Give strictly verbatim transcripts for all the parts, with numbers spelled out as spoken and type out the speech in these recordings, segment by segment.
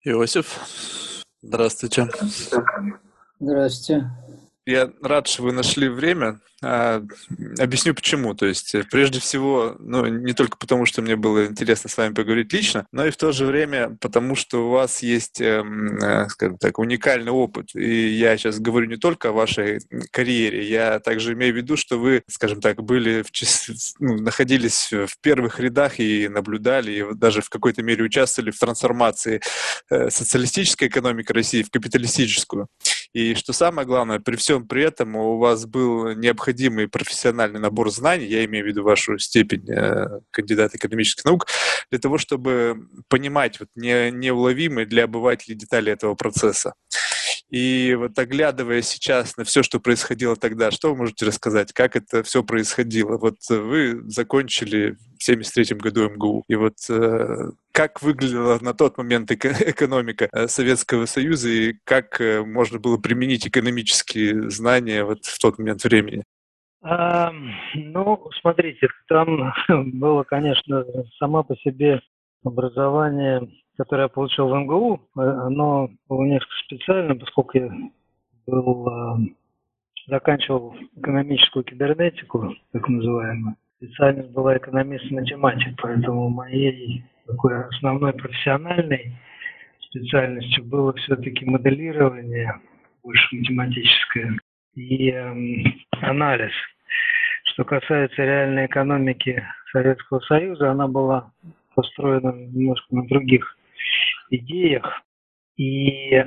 Иосиф, здравствуйте. Здравствуйте. Я рад, что вы нашли время. А, Объясню почему. То есть, э, прежде всего, ну, не только потому, что мне было интересно с вами поговорить лично, но и в то же время потому, что у вас есть, эм, э, скажем так, уникальный опыт. И я сейчас говорю не только о вашей карьере, я также имею в виду, что вы, скажем так, были в чис- ну, находились в первых рядах и наблюдали, и вот даже в какой-то мере участвовали в трансформации э, социалистической экономики России в капиталистическую. И что самое главное, при всем при этом у вас был необходимый профессиональный набор знаний, я имею в виду вашу степень э, кандидата экономических наук, для того, чтобы понимать вот не, неуловимые для обывателей детали этого процесса. И вот оглядывая сейчас на все, что происходило тогда, что вы можете рассказать, как это все происходило? Вот вы закончили в семьдесят третьем году эм гэ у, и вот э, как выглядела на тот момент эко- экономика э, Советского Союза, и как э, можно было применить экономические знания вот в тот момент времени? А, ну, смотрите, там было, конечно, само по себе образование, которое я получил в эм гэ у, э, оно было несколько специальным, поскольку я был, а, заканчивал экономическую кибернетику, так называемую. Специальность была экономист-математик, поэтому моей такой основной профессиональной специальностью было все-таки моделирование, больше математическое, и эм, анализ. Что касается реальной экономики Советского Союза, она была построена немножко на других идеях. И э,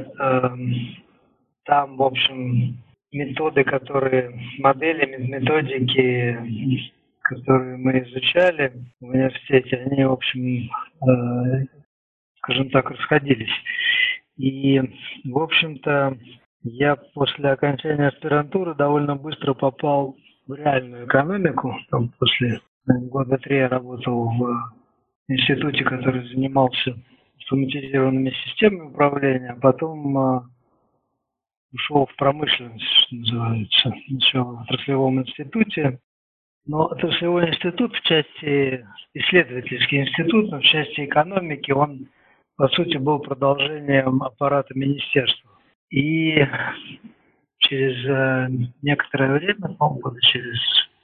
там, в общем, методы, которые, модели, методики, которые мы изучали в университете, они, в общем, э, скажем так, расходились. И, в общем-то, я после окончания аспирантуры довольно быстро попал в реальную экономику. Там после года три я работал в институте, который занимался автоматизированными системами управления, а потом а, ушел в промышленность, что называется. Сначала в отраслевом институте. Но отраслевой институт в части, исследовательский институт, но в части экономики, он, по сути, был продолжением аппарата министерства. И через э, некоторое время, по-моему, года через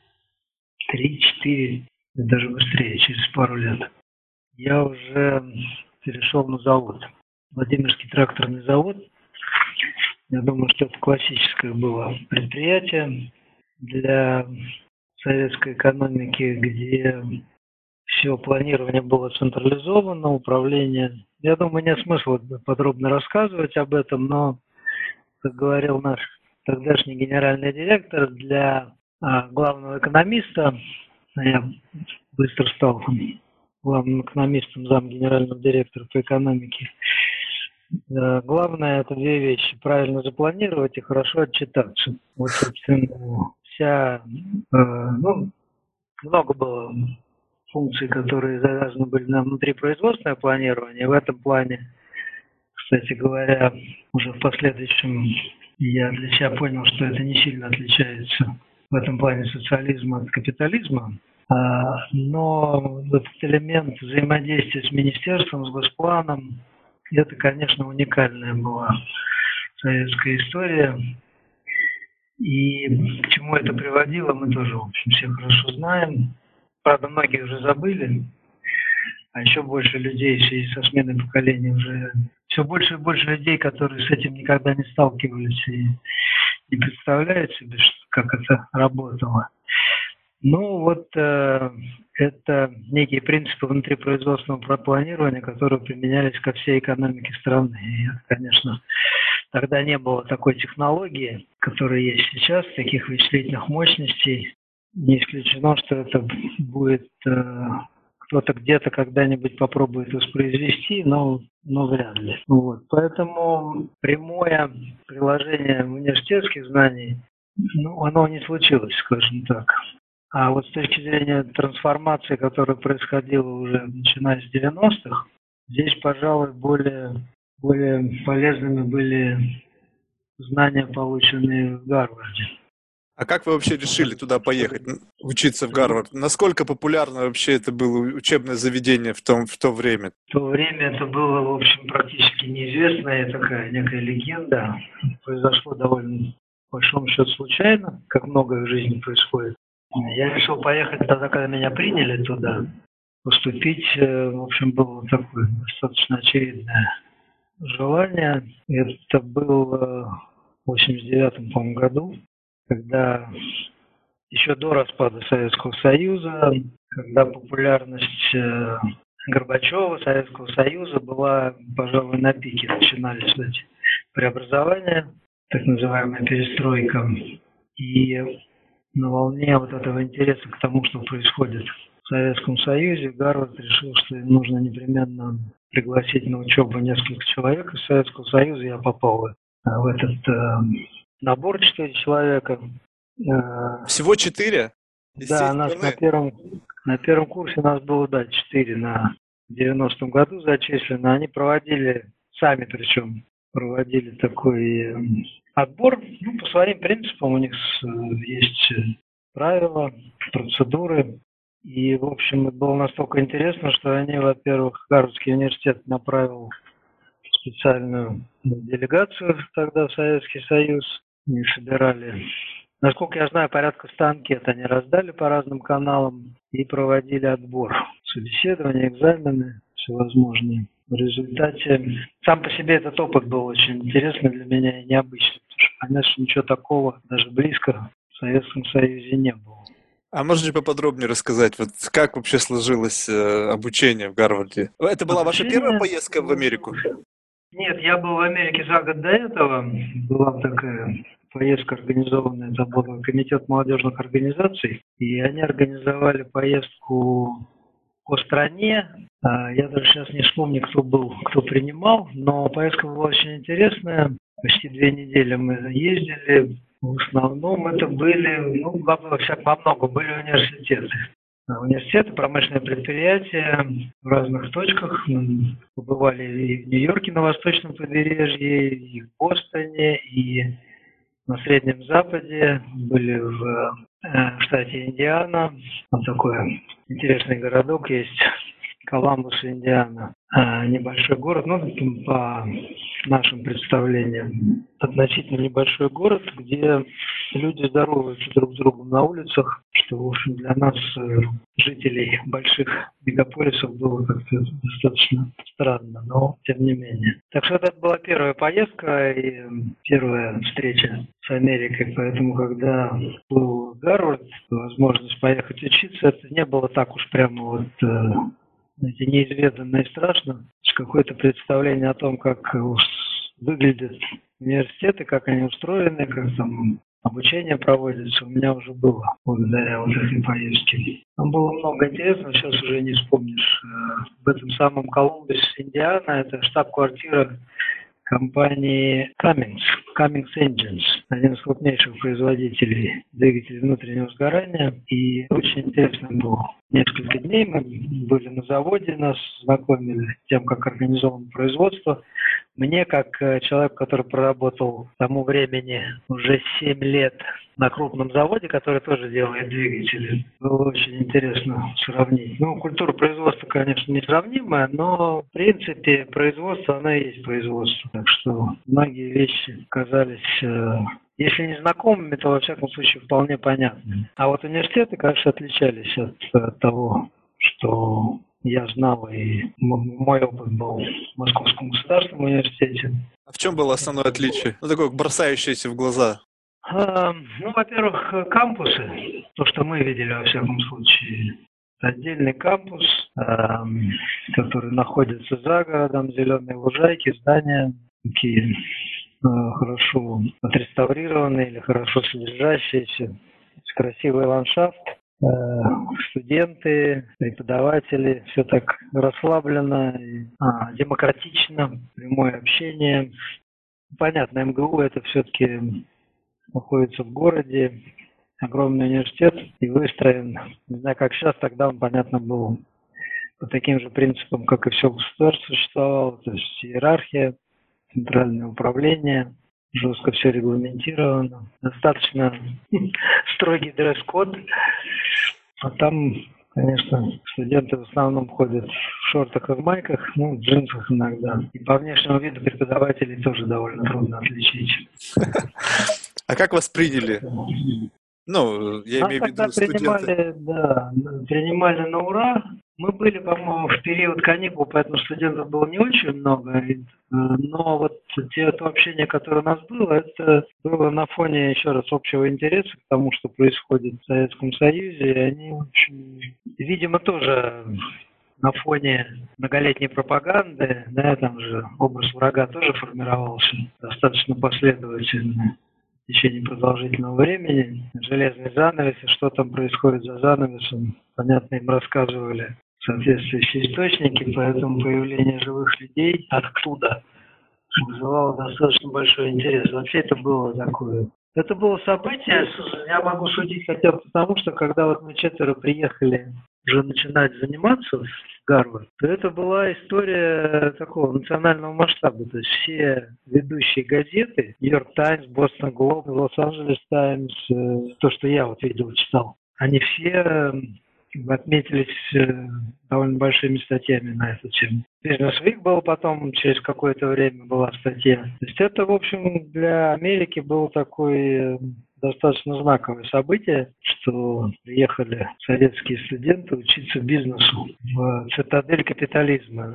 три-четыре, даже быстрее, через пару лет, я уже перешел на завод. Владимирский тракторный завод. Я думаю, что это классическое было предприятие для советской экономики, где все планирование было централизовано, управление. Я думаю, нет смысла подробно рассказывать об этом, но, как говорил наш тогдашний генеральный директор, для а, главного экономиста, я быстро стал главным экономистом, зам генерального директора по экономике, а, главное это две вещи: правильно запланировать и хорошо отчитаться. Вот, собственно, вся, а, ну, много было функций, которые завязаны были на внутрипроизводственное планирование. В этом плане, кстати говоря, уже в последующем я для себя понял, что это не сильно отличается в этом плане социализма от капитализма. Но этот элемент взаимодействия с министерством, с госпланом, это, конечно, уникальная была советская история. И к чему это приводило, мы тоже, в общем, все хорошо знаем. Правда, многие уже забыли, а еще больше людей в связи со сменой поколений уже... Все больше и больше людей, которые с этим никогда не сталкивались и не представляют себе, как это работало. Ну вот э, это некие принципы внутрипроизводственного планирования, которые применялись ко всей экономике страны. И это, конечно, тогда не было такой технологии, которая есть сейчас, таких вычислительных мощностей. Не исключено, что это будет э, кто-то где-то когда-нибудь попробует воспроизвести, но, но вряд ли. Вот. Поэтому прямое приложение университетских знаний, ну, оно не случилось, скажем так. А вот с точки зрения трансформации, которая происходила уже начиная с девяностых, здесь, пожалуй, более, более полезными были знания, полученные в Гарварде. А как вы вообще решили туда поехать, учиться в Гарвард? Насколько популярно вообще это было учебное заведение в, том, в то время? В то время это было, в общем, практически практически неизвестная такая некая легенда. Произошло довольно, по большому счету, случайно, как многое в жизни происходит. Я решил поехать тогда, когда меня приняли туда, поступить. В общем, было такое достаточно очевидное желание. Это было в восемьдесят девятом, по-моему, году, когда еще до распада Советского Союза, когда популярность Горбачева, Советского Союза была, пожалуй, на пике. Начинались эти преобразования, так называемая перестройка. И на волне вот этого интереса к тому, что происходит в Советском Союзе, Гарвард решил, что им нужно непременно пригласить на учебу несколько человек из Советского Союза. Я попал в этот э, набор четыре человека. Всего четыре? Да, нас на первом, на первом курсе нас было, да, четыре на девяностом году зачислено. Они проводили, сами причем, проводили такой э, отбор. Ну, по своим принципам у них э, есть правила, процедуры. И, в общем, это было настолько интересно, что они, во-первых, Гарвардский университет направил специальную делегацию тогда в Советский Союз. Они собирали, насколько я знаю, порядка ста анкет они раздали по разным каналам и проводили отбор. Собеседования, экзамены всевозможные. В результате сам по себе этот опыт был очень интересный для меня и необычный. Потому что, конечно, ничего такого даже близко в Советском Союзе не было. А можете поподробнее рассказать, вот как вообще сложилось э, обучение в Гарварде? Это была Обучение... ваша первая поездка в Америку? Нет, я был в Америке за год до этого. Была такая поездка организованная, это был комитет молодежных организаций, и они организовали поездку по стране. Я даже сейчас не вспомню, кто был, кто принимал, но поездка была очень интересная. Почти две недели мы ездили. В основном это были, ну, во, всяк, во много были университеты. Университеты, промышленные предприятия в разных точках. Мы побывали и в Нью-Йорке на восточном побережье, и в Бостоне, и на Среднем Западе. Были в, э, в штате Индиана. Там такой интересный городок есть, Коламбус, Индиана. Э, небольшой город, ну, по нашим представлениям, относительно небольшой город, где люди здороваются друг с другом на улицах, что, в общем, для нас, жителей больших мегаполисов, было как-то достаточно странно, но тем не менее. Так что это была первая поездка и первая встреча с Америкой, поэтому, когда был в Гарвард, возможность поехать учиться, это не было так уж прямо вот, знаете, неизведанно и страшно. Какое-то представление о том, как выглядят университеты, как они устроены, как там обучение проводится, у меня уже было благодаря вот этой поездке. Там было много интересного, сейчас уже не вспомнишь. В этом самом Колумбусе, Индиана, это штаб-квартира компании Cummins, Cummins Engines, один из крупнейших производителей двигателей внутреннего сгорания. И очень интересно было. Несколько дней мы были на заводе, нас знакомили с тем, как организовано производство. Мне, как человек, который проработал к тому времени уже семь лет на крупном заводе, который тоже делает двигатели, было очень интересно сравнить. Ну, культура производства, конечно, несравнимая, но, в принципе, производство, оно и есть производство. Так что многие вещи казались, если не знакомыми, то, во всяком случае, вполне понятными. А вот университеты, конечно, отличались от, от того, что я знал, и мой опыт был в Московском государственном университете. А в чем было основное отличие? Ну, такое бросающееся в глаза. А, ну, во-первых, кампусы, то, что мы видели, во всяком случае. Отдельный кампус, а, который находится за городом, зеленые лужайки, здания, такие а, хорошо отреставрированные или хорошо содержащиеся, красивый ландшафт. Студенты, преподаватели, все так расслаблено, а, демократично, прямое общение. Понятно, эм гэ у это все-таки находится в городе, огромный университет и выстроен, не знаю, как сейчас, тогда он, понятно, был по таким же принципам, как и все государство существовало, то есть иерархия, центральное управление, жестко все регламентировано, достаточно строгий дресс-код. А там конечно, студенты в основном ходят в шортах и в майках, ну, в джинсах иногда. И по внешнему виду преподавателей тоже довольно трудно отличить. А как вас приняли? Ну, я Нас имею в виду тогда студенты. принимали, да, принимали на ура. Мы были, по-моему, в период каникул, поэтому студентов было не очень много. и, э, Но вот те, то общение, которое у нас было, это было на фоне, еще раз, общего интереса к тому, что происходит в Советском Союзе. И они, в общем, видимо, тоже на фоне многолетней пропаганды, да, там же образ врага тоже формировался достаточно последовательно в течение продолжительного времени. Железный занавес, и что там происходит за занавесом, понятно, им рассказывали соответствующие источники, поэтому появление живых людей оттуда вызывало достаточно большой интерес. Вообще это было такое. Это было событие, я могу судить хотя бы потому, что когда вот мы четверо приехали уже начинать заниматься в Гарвард, то это была история такого национального масштаба. То есть все ведущие газеты, Нью-Йорк Таймс, Бостон Глоб, Лос-Анджелес Таймс, то, что я вот видел, читал, они все отметились довольно большими статьями на эту тему. Business Week был потом, через какое-то время была статья. То есть это, в общем, для Америки было такое достаточно знаковое событие, что приехали советские студенты учиться бизнесу в цитадель капитализма.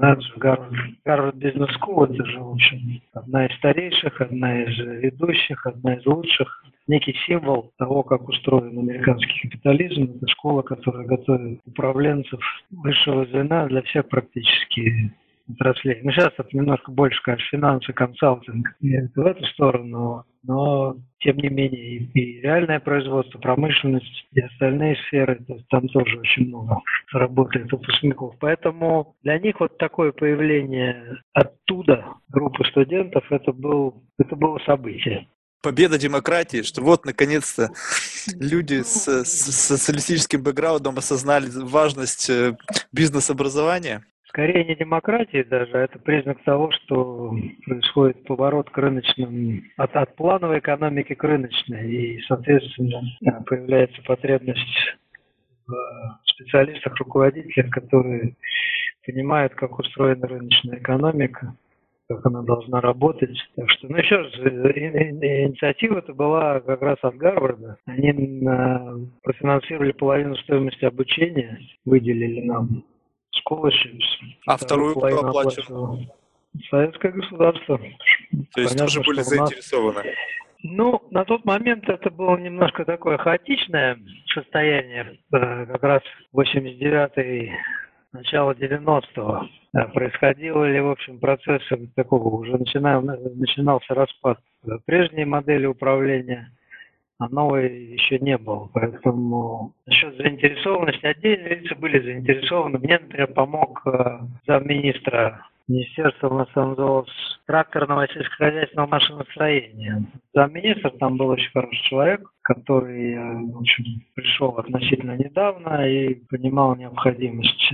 Гарвард Бизнес Скул, это же, в общем, одна из старейших, одна из ведущих, одна из лучших. Некий символ того, как устроен американский капитализм. Это школа, которая готовит управленцев высшего звена для всех практически отраслей. Ну, сейчас это немножко больше, конечно, финансы, консалтинг в эту сторону, но, тем не менее, и, и реальное производство, промышленность и остальные сферы, то есть там тоже очень много работает выпускников. Поэтому для них вот такое появление оттуда группы студентов, это, был, это было событие. Победа демократии, что вот, наконец-то, люди с, с социалистическим бэкграундом осознали важность бизнес-образования. Скорее не демократии даже, а это признак того, что происходит поворот к рыночным, от, от плановой экономики к рыночной, и, соответственно, появляется потребность в специалистах, руководителях, которые понимают, как устроена рыночная экономика, как она должна работать. Так что, ну еще раз, инициатива-то была как раз от Гарварда. Они профинансировали половину стоимости обучения, выделили нам scholarships. А вторую кто оплачивал? Советское государство. То есть тоже были заинтересованы? Ну, на тот момент это было немножко такое хаотичное состояние. Как раз восемьдесят девятый, начало девяностого. Происходило ли, в общем, процессы такого, уже начинал, начинался распад прежней модели управления, а новой еще не было. Поэтому насчет заинтересованности, отдельные лица были заинтересованы. Мне, например, помог замминистра министерства, у нас там называлось тракторного сельскохозяйственного машиностроения. Замминистр там был очень хороший человек, который, в общем, пришел относительно недавно и понимал необходимость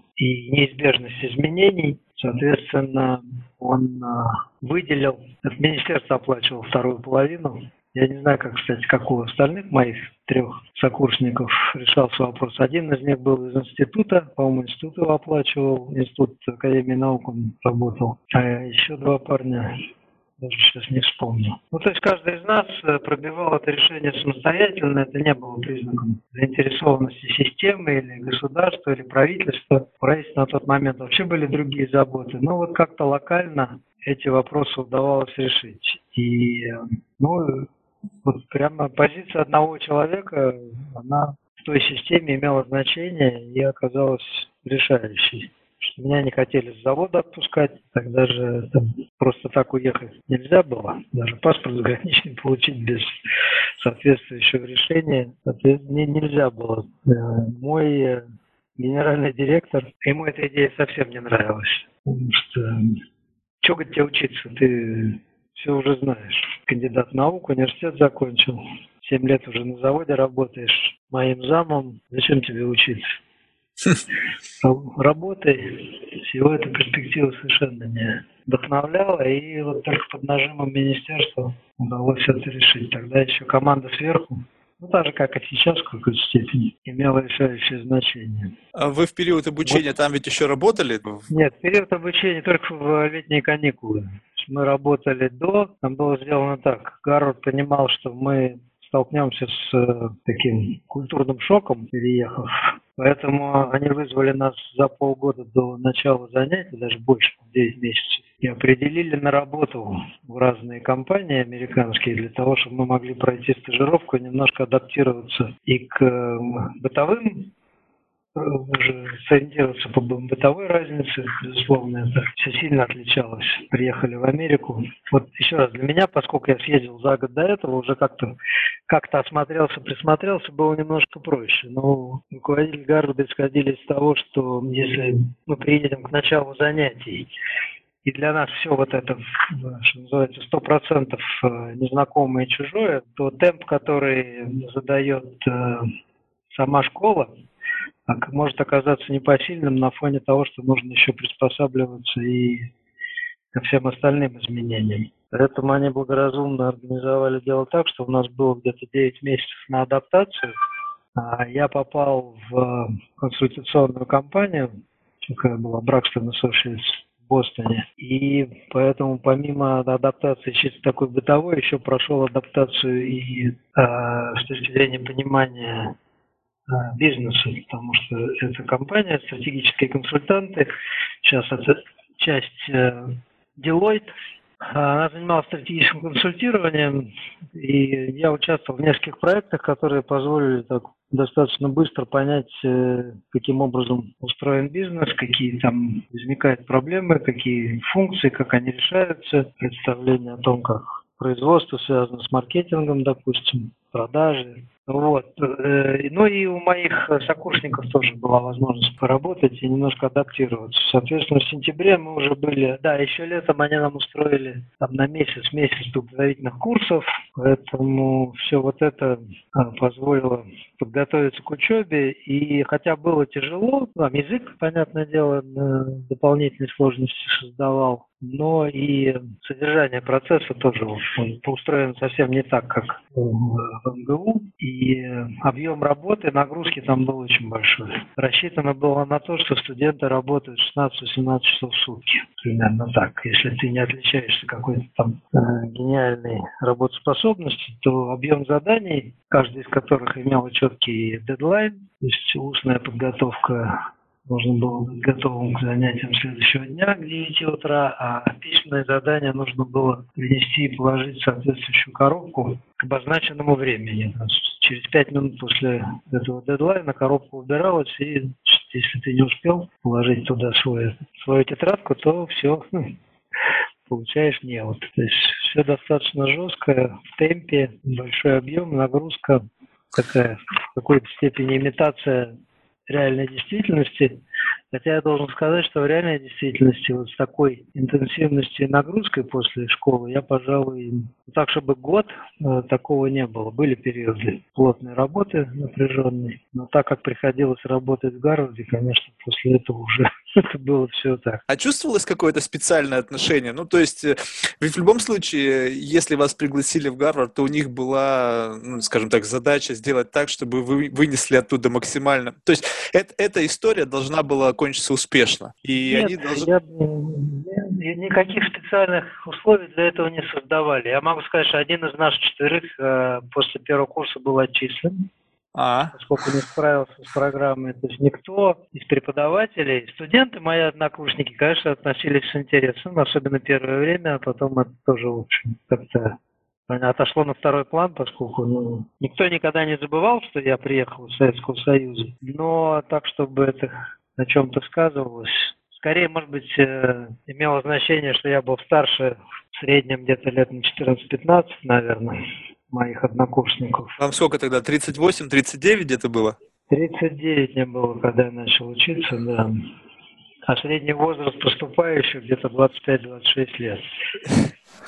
и неизбежность изменений. Соответственно, он выделил, это министерство оплачивало вторую половину. Я не знаю, как, кстати, как у остальных моих трех сокурсников решался вопрос. Один из них был из института, по-моему, институт его оплачивал, институт Академии наук он работал. А еще два парня, даже сейчас не вспомню. Ну, то есть каждый из нас пробивал это решение самостоятельно, это не было признаком заинтересованности системы или государства, или правительства. Правительство на тот момент вообще были другие заботы. Но вот как-то локально эти вопросы удавалось решить. И, ну, вот прямо позиция одного человека, она в той системе имела значение и оказалась решающей. Что меня не хотели с завода отпускать, тогда же там просто так уехать нельзя было. Даже паспорт заграничный получить без соответствующего решения, соответственно, нельзя было. Мой генеральный директор, ему эта идея совсем не нравилась. Потому что, что, говорит, тебе учиться, ты все уже знаешь. Кандидат наук, университет закончил. Семь лет уже на заводе работаешь моим замом. Зачем тебе учиться? Работай. Всего эта перспектива совершенно не вдохновляла. И вот только под нажимом министерства удалось это решить. Тогда еще команда сверху Ну, так же, как и сейчас, в какой-то степени, имело решающее значение. А вы в период обучения Вот. там ведь еще работали? Нет, период обучения только в летние каникулы. Мы работали до, там было сделано так. Гарвард понимал, что мы столкнемся с э, таким культурным шоком, переехав. Поэтому они вызвали нас за полгода до начала занятий, даже больше, девять месяцев, и определили на работу в разные компании американские для того, чтобы мы могли пройти стажировку и немножко адаптироваться и к э, бытовым, уже сориентироваться по бытовой разнице, безусловно, это все сильно отличалось. Приехали в Америку. Вот еще раз, для меня, поскольку я съездил за год до этого, уже как-то как-то осмотрелся, присмотрелся, было немножко проще. Но руководители Гарварда исходили из того, что если мы приедем к началу занятий, и для нас все вот это, что называется, сто процентов незнакомое и чужое, то темп, который задает сама школа, может оказаться непосильным на фоне того, что нужно еще приспосабливаться и ко всем остальным изменениям. Поэтому они благоразумно организовали дело так, что у нас было где-то девять месяцев на адаптацию. Я попал в консультационную компанию, такая была Braxton Associates в Бостоне. И поэтому помимо адаптации чисто такой бытовой, еще прошел адаптацию и э, с точки зрения понимания бизнеса, потому что это компания, стратегические консультанты, сейчас это часть э, Deloitte, она занималась стратегическим консультированием, и я участвовал в нескольких проектах, которые позволили так достаточно быстро понять, э, каким образом устроен бизнес, какие там возникают проблемы, какие функции, как они решаются, представление о том, как производство связано с маркетингом, допустим, продажи. Вот. Ну и у моих сокурсников тоже была возможность поработать и немножко адаптироваться. Соответственно, в сентябре мы уже были, да, еще летом они нам устроили там на месяц, месяц подготовительных курсов, поэтому все вот это позволило подготовиться к учебе, и хотя было тяжело, там язык, понятное дело, дополнительные сложности создавал, но и содержание процесса тоже он устроен совсем не так, как в эм гэ у, и объем работы, нагрузки там был очень большой. Рассчитано было на то, что студенты работают шестнадцать-восемнадцать часов в сутки, примерно так. Если ты не отличаешься какой-то там э, гениальной работоспособностью, то объем заданий, каждый из которых имел четкий дедлайн, то есть устная подготовка, нужно было быть готовым к занятиям следующего дня к девяти утра, а письменное задание нужно было принести и положить в соответствующую коробку к обозначенному времени. Через пять минут после этого дедлайна коробка убиралась, и если ты не успел положить туда свою, свою тетрадку, то все, получаешь неуд. То есть все достаточно жестко, в темпе, большой объем, нагрузка, такая в какой-то степени имитация реальной действительности. Хотя я должен сказать, что в реальной действительности вот с такой интенсивностью и нагрузкой после школы я, пожалуй, так, чтобы год, такого не было. Были периоды плотной работы, напряженной, но так как приходилось работать в Гарварде, конечно, после этого уже это было все так. А чувствовалось какое-то специальное отношение? Ну, то есть, ведь в любом случае, если вас пригласили в Гарвард, то у них была, ну, скажем так, задача сделать так, чтобы вы вынесли оттуда максимально. То есть, это, эта история должна была кончиться успешно. И Нет, они должны... я, я, никаких специальных условий для этого не создавали. Я могу сказать, что один из нас четверых э, после первого курса был отчислен. А. Поскольку не справился с программой. То есть никто из преподавателей, студенты, мои однокурсники, конечно, относились с интересом, особенно первое время, а потом это тоже, в общем, как-то отошло на второй план, поскольку ну, никто никогда не забывал, что я приехал из Советского Союза. Но так, чтобы это на чем-то сказывалось, скорее, может быть, э, имело значение, что я был старше в среднем где-то лет на четырнадцать-пятнадцать, наверное, моих однокурсников. Вам сколько тогда? тридцать восемь тридцать девять где-то было? тридцать девять мне было, когда я начал учиться, да. А средний возраст поступающих где-то двадцать пять - двадцать шесть лет.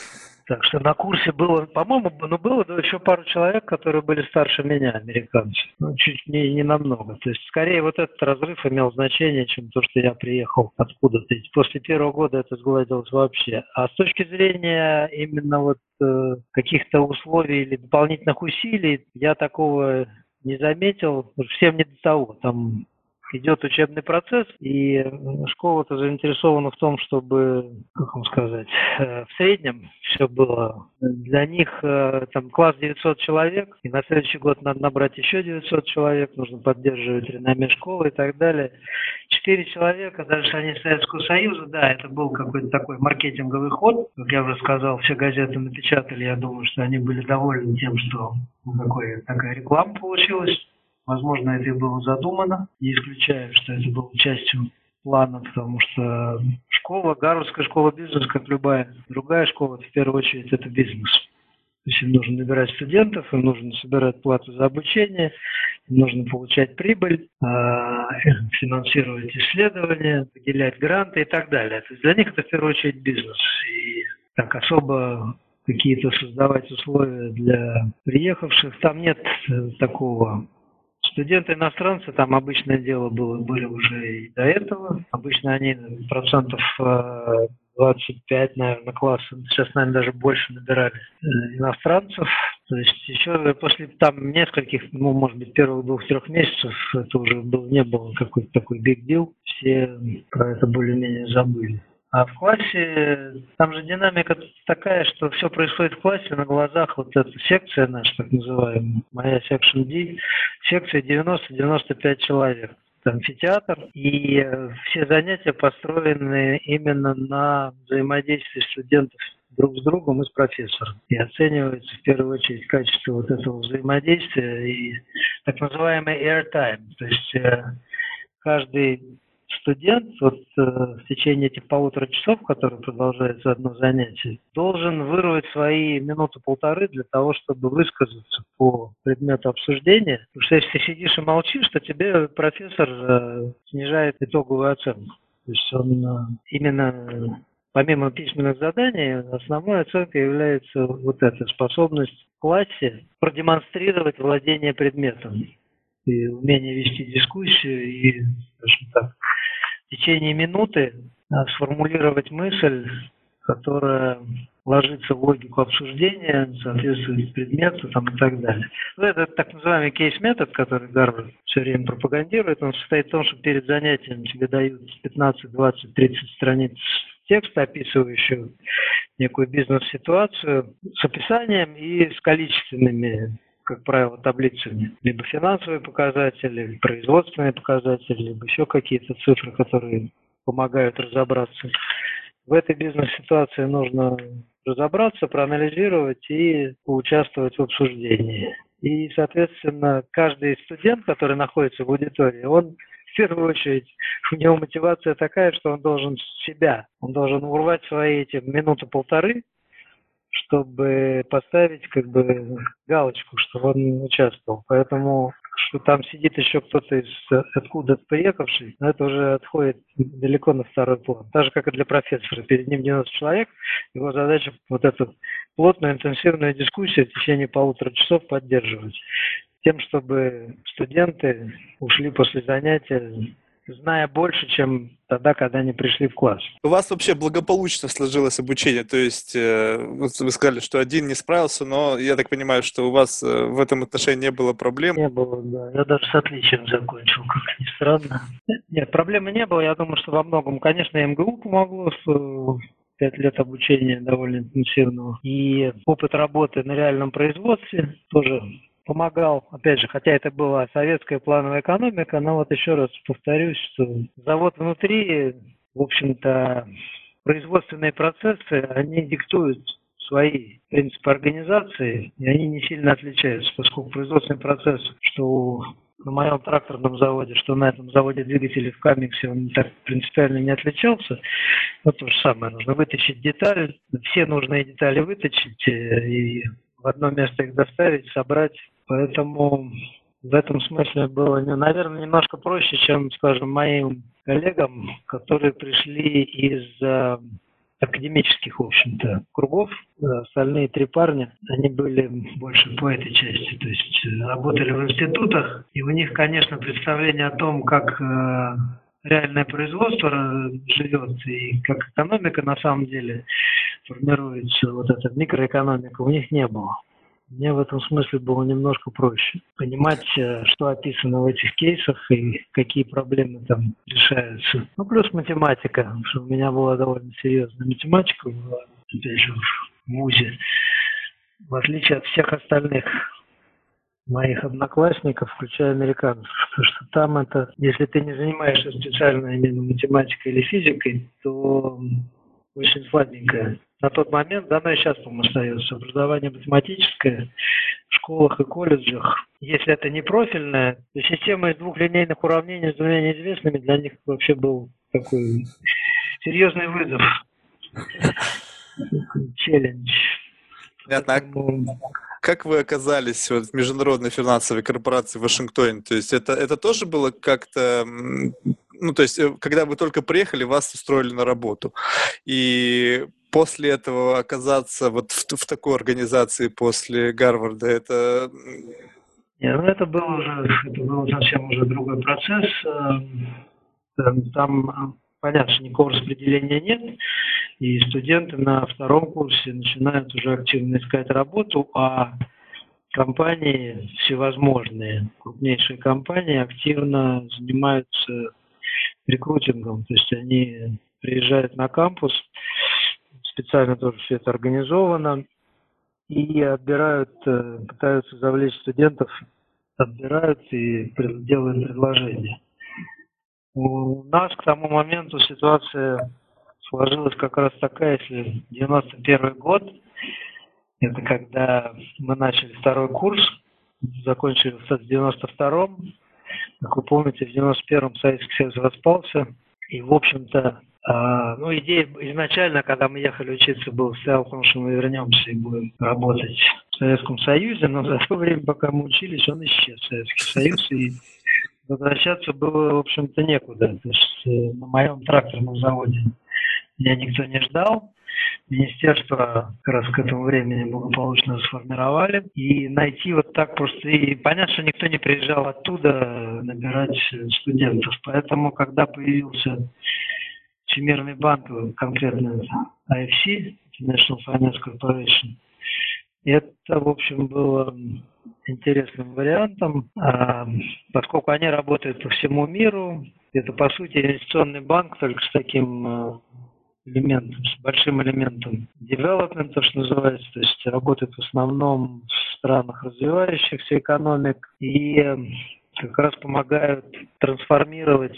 Так что на курсе было, по-моему, ну, было да, еще пару человек, которые были старше меня, американцы. Ну, чуть не, не намного. То есть, скорее, вот этот разрыв имел значение, чем то, что я приехал откуда-то. После первого года это сгладилось вообще. А с точки зрения именно вот э, каких-то условий или дополнительных усилий, я такого не заметил. Всем не до того. Там идет учебный процесс, и школа-то заинтересована в том, чтобы, как вам сказать, в среднем все было. Для них там класс девятьсот человек, и на следующий год надо набрать еще девятьсот человек, нужно поддерживать реноме школы и так далее. Четыре человека, даже если они из Советского Союза, да, это был какой-то такой маркетинговый ход. Как я уже сказал, все газеты напечатали, я думаю, что они были довольны тем, что такой, такая реклама получилась. Возможно, это и было задумано. Не исключаю, что это было частью плана, потому что школа, Гарвардская школа бизнеса, как любая другая школа, в первую очередь это бизнес. То есть им нужно набирать студентов, им нужно собирать плату за обучение, им нужно получать прибыль, финансировать исследования, выделять гранты и так далее. То есть для них это в первую очередь бизнес. И так особо какие-то создавать условия для приехавших, там нет такого. Студенты-иностранцы, там обычное дело было, были уже и до этого. Обычно они процентов двадцать пять, наверное, класса, сейчас, наверное, даже больше набирали иностранцев. То есть еще после там нескольких, ну, может быть, первых двух-трех месяцев это уже был, не было какой-то такой big deal. Все про это более-менее забыли. А в классе, там же динамика такая, что все происходит в классе на глазах. Вот эта секция наша, так называемая, моя Section D, секция девяносто-девяносто пять человек. Это амфитеатр, и все занятия построены именно на взаимодействии студентов друг с другом и с профессором. И оценивается в первую очередь качество вот этого взаимодействия и так называемый airtime. То есть каждый студент вот, э, в течение этих полутора часов, которые продолжается одно занятие, должен вырвать свои минуты-полторы для того, чтобы высказаться по предмету обсуждения. Потому что если ты сидишь и молчишь, то тебе профессор э, снижает итоговую оценку. То есть он э, именно, помимо письменных заданий, основной оценкой является вот эта способность в классе продемонстрировать владение предметом. И умение вести дискуссию и, скажем так, в течение минуты сформулировать мысль, которая ложится в логику обсуждения, соответствует предмету там, и так далее. Ну, это так называемый кейс-метод, который Гарвард все время пропагандирует. Он состоит в том, что перед занятием тебе дают пятнадцать, двадцать, тридцать страниц текста, описывающего некую бизнес-ситуацию с описанием и с количественными, как правило, таблицами. Либо финансовые показатели, либо производственные показатели, либо еще какие-то цифры, которые помогают разобраться. В этой бизнес-ситуации нужно разобраться, проанализировать и поучаствовать в обсуждении. И, соответственно, каждый студент, который находится в аудитории, он в первую очередь, у него мотивация такая, что он должен себя, он должен урвать свои эти минуты-полторы, чтобы поставить как бы галочку, что он участвовал. Поэтому, что там сидит еще кто-то из откуда-то приехавший, но это уже отходит далеко на второй план. Так же, как и для профессора. Перед ним девяносто человек, его задача вот эту плотную, интенсивную дискуссию в течение полутора часов поддерживать. Тем, чтобы студенты ушли после занятия, зная больше, чем тогда, когда они пришли в класс. У вас вообще благополучно сложилось обучение, то есть э, вы сказали, что один не справился, но я так понимаю, что у вас э, в этом отношении не было проблем? Не было, да. Я даже с отличием закончил, как ни странно. Нет, проблемы не было. Я думаю, что во многом, конечно, эм гэ у помогло, что пять лет обучения довольно интенсивного. И опыт работы на реальном производстве тоже помогал, опять же, хотя это была советская плановая экономика, но вот еще раз повторюсь, что завод внутри, в общем-то, производственные процессы, они диктуют свои принципы организации, и они не сильно отличаются, поскольку производственный процесс, что на моем тракторном заводе, что на этом заводе двигателей в Камиксе, он так принципиально не отличался. Вот то же самое, нужно вытащить деталь, все нужные детали вытащить и в одно место их доставить, собрать. Поэтому в этом смысле было, наверное, немножко проще, чем, скажем, моим коллегам, которые пришли из академических, в общем-то, кругов. Остальные три парня, они были больше по этой части, то есть работали в институтах, и у них, конечно, представление о том, как э, реальное производство живет и как экономика на самом деле формируется, вот эта микроэкономика, у них не было. Мне в этом смысле было немножко проще понимать, что описано в этих кейсах и какие проблемы там решаются. Ну, плюс математика, потому что у меня была довольно серьезная математика, опять же, в ВУЗе. В отличие от всех остальных моих одноклассников, включая американцев, потому что там это, если ты не занимаешься специально именно математикой или физикой, то очень слабенькое. На тот момент, да, но и сейчас, по-моему, остается образование математическое в школах и колледжах. Если это не профильное, то система из двух линейных уравнений с двумя неизвестными для них вообще был такой серьезный вызов. Челлендж. Понятно. А как вы оказались вот, в международной финансовой корпорации в Вашингтоне? То есть это, это тоже было как-то... Ну, то есть, когда вы только приехали, вас устроили на работу. И после этого оказаться вот в, в такой организации после Гарварда, это... Нет, ну это был уже, это был совсем уже другой процесс. Там, понятно, что никакого распределения нет. И студенты на втором курсе начинают уже активно искать работу, а компании всевозможные, крупнейшие компании активно занимаются рекрутингом. То есть они приезжают на кампус, специально тоже все это организовано, и отбирают, пытаются завлечь студентов, отбирают и делают предложения. У нас к тому моменту ситуация сложилась как раз такая, если девяносто первый год, это когда мы начали второй курс, закончили в девяносто втором, как вы помните, в девяносто первом Советский Союз распался, и, в общем-то, э, ну, идея изначально, когда мы ехали учиться, была стояла в том, что мы вернемся и будем работать в Советском Союзе, но за то время, пока мы учились, он исчез, Советский Союз, и возвращаться было, в общем-то, некуда. То есть э, на моем тракторном заводе меня никто не ждал. Министерство как раз к этому времени благополучно сформировали. И найти вот так просто... И понятно, что никто не приезжал оттуда набирать студентов. Поэтому, когда появился Всемирный банк, конкретно ай эф си, International Finance Corporation, это, в общем, было интересным вариантом, поскольку они работают по всему миру. Это, по сути, инвестиционный банк, только с таким элементом, с большим элементом девелопмента, что называется, то есть работает в основном в странах развивающихся экономик и как раз помогают трансформировать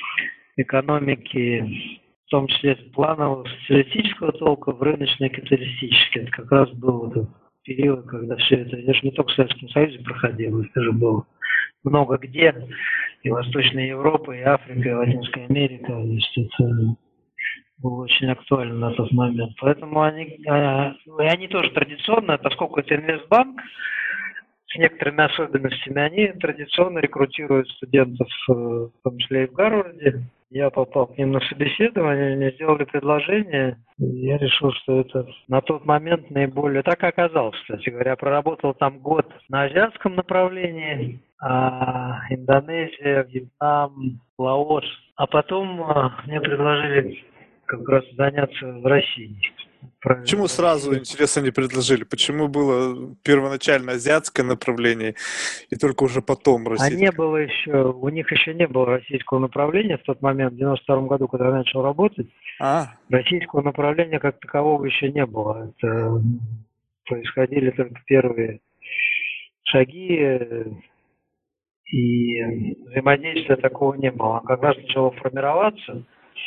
экономики, в том числе с планового социалистического толка в рыночный капиталистический. Это как раз был вот этот период, когда все это, это же не только в Советском Союзе проходило, это же было много где, и Восточная Европа, и Африка, и Латинская Америка, то есть это было очень актуально на тот момент. Поэтому они, и они тоже традиционно, поскольку это инвестбанк, с некоторыми особенностями, они традиционно рекрутируют студентов, в том числе и в Гарварде. Я попал к ним на собеседование, мне сделали предложение, и я решил, что это на тот момент наиболее... Так и оказалось, кстати говоря. Проработал там год на азиатском направлении, а Индонезия, Вьетнам, Лаос. А потом а, мне предложили как раз заняться в России. Почему сразу, интересно, не предложили? Почему было первоначально азиатское направление и только уже потом российское? А не было еще, у них еще не было российского направления в тот момент, в девяносто втором году, когда я начал работать. А. Российского направления как такового еще не было. Это происходили только первые шаги, и взаимодействия такого не было. А когда начало формироваться,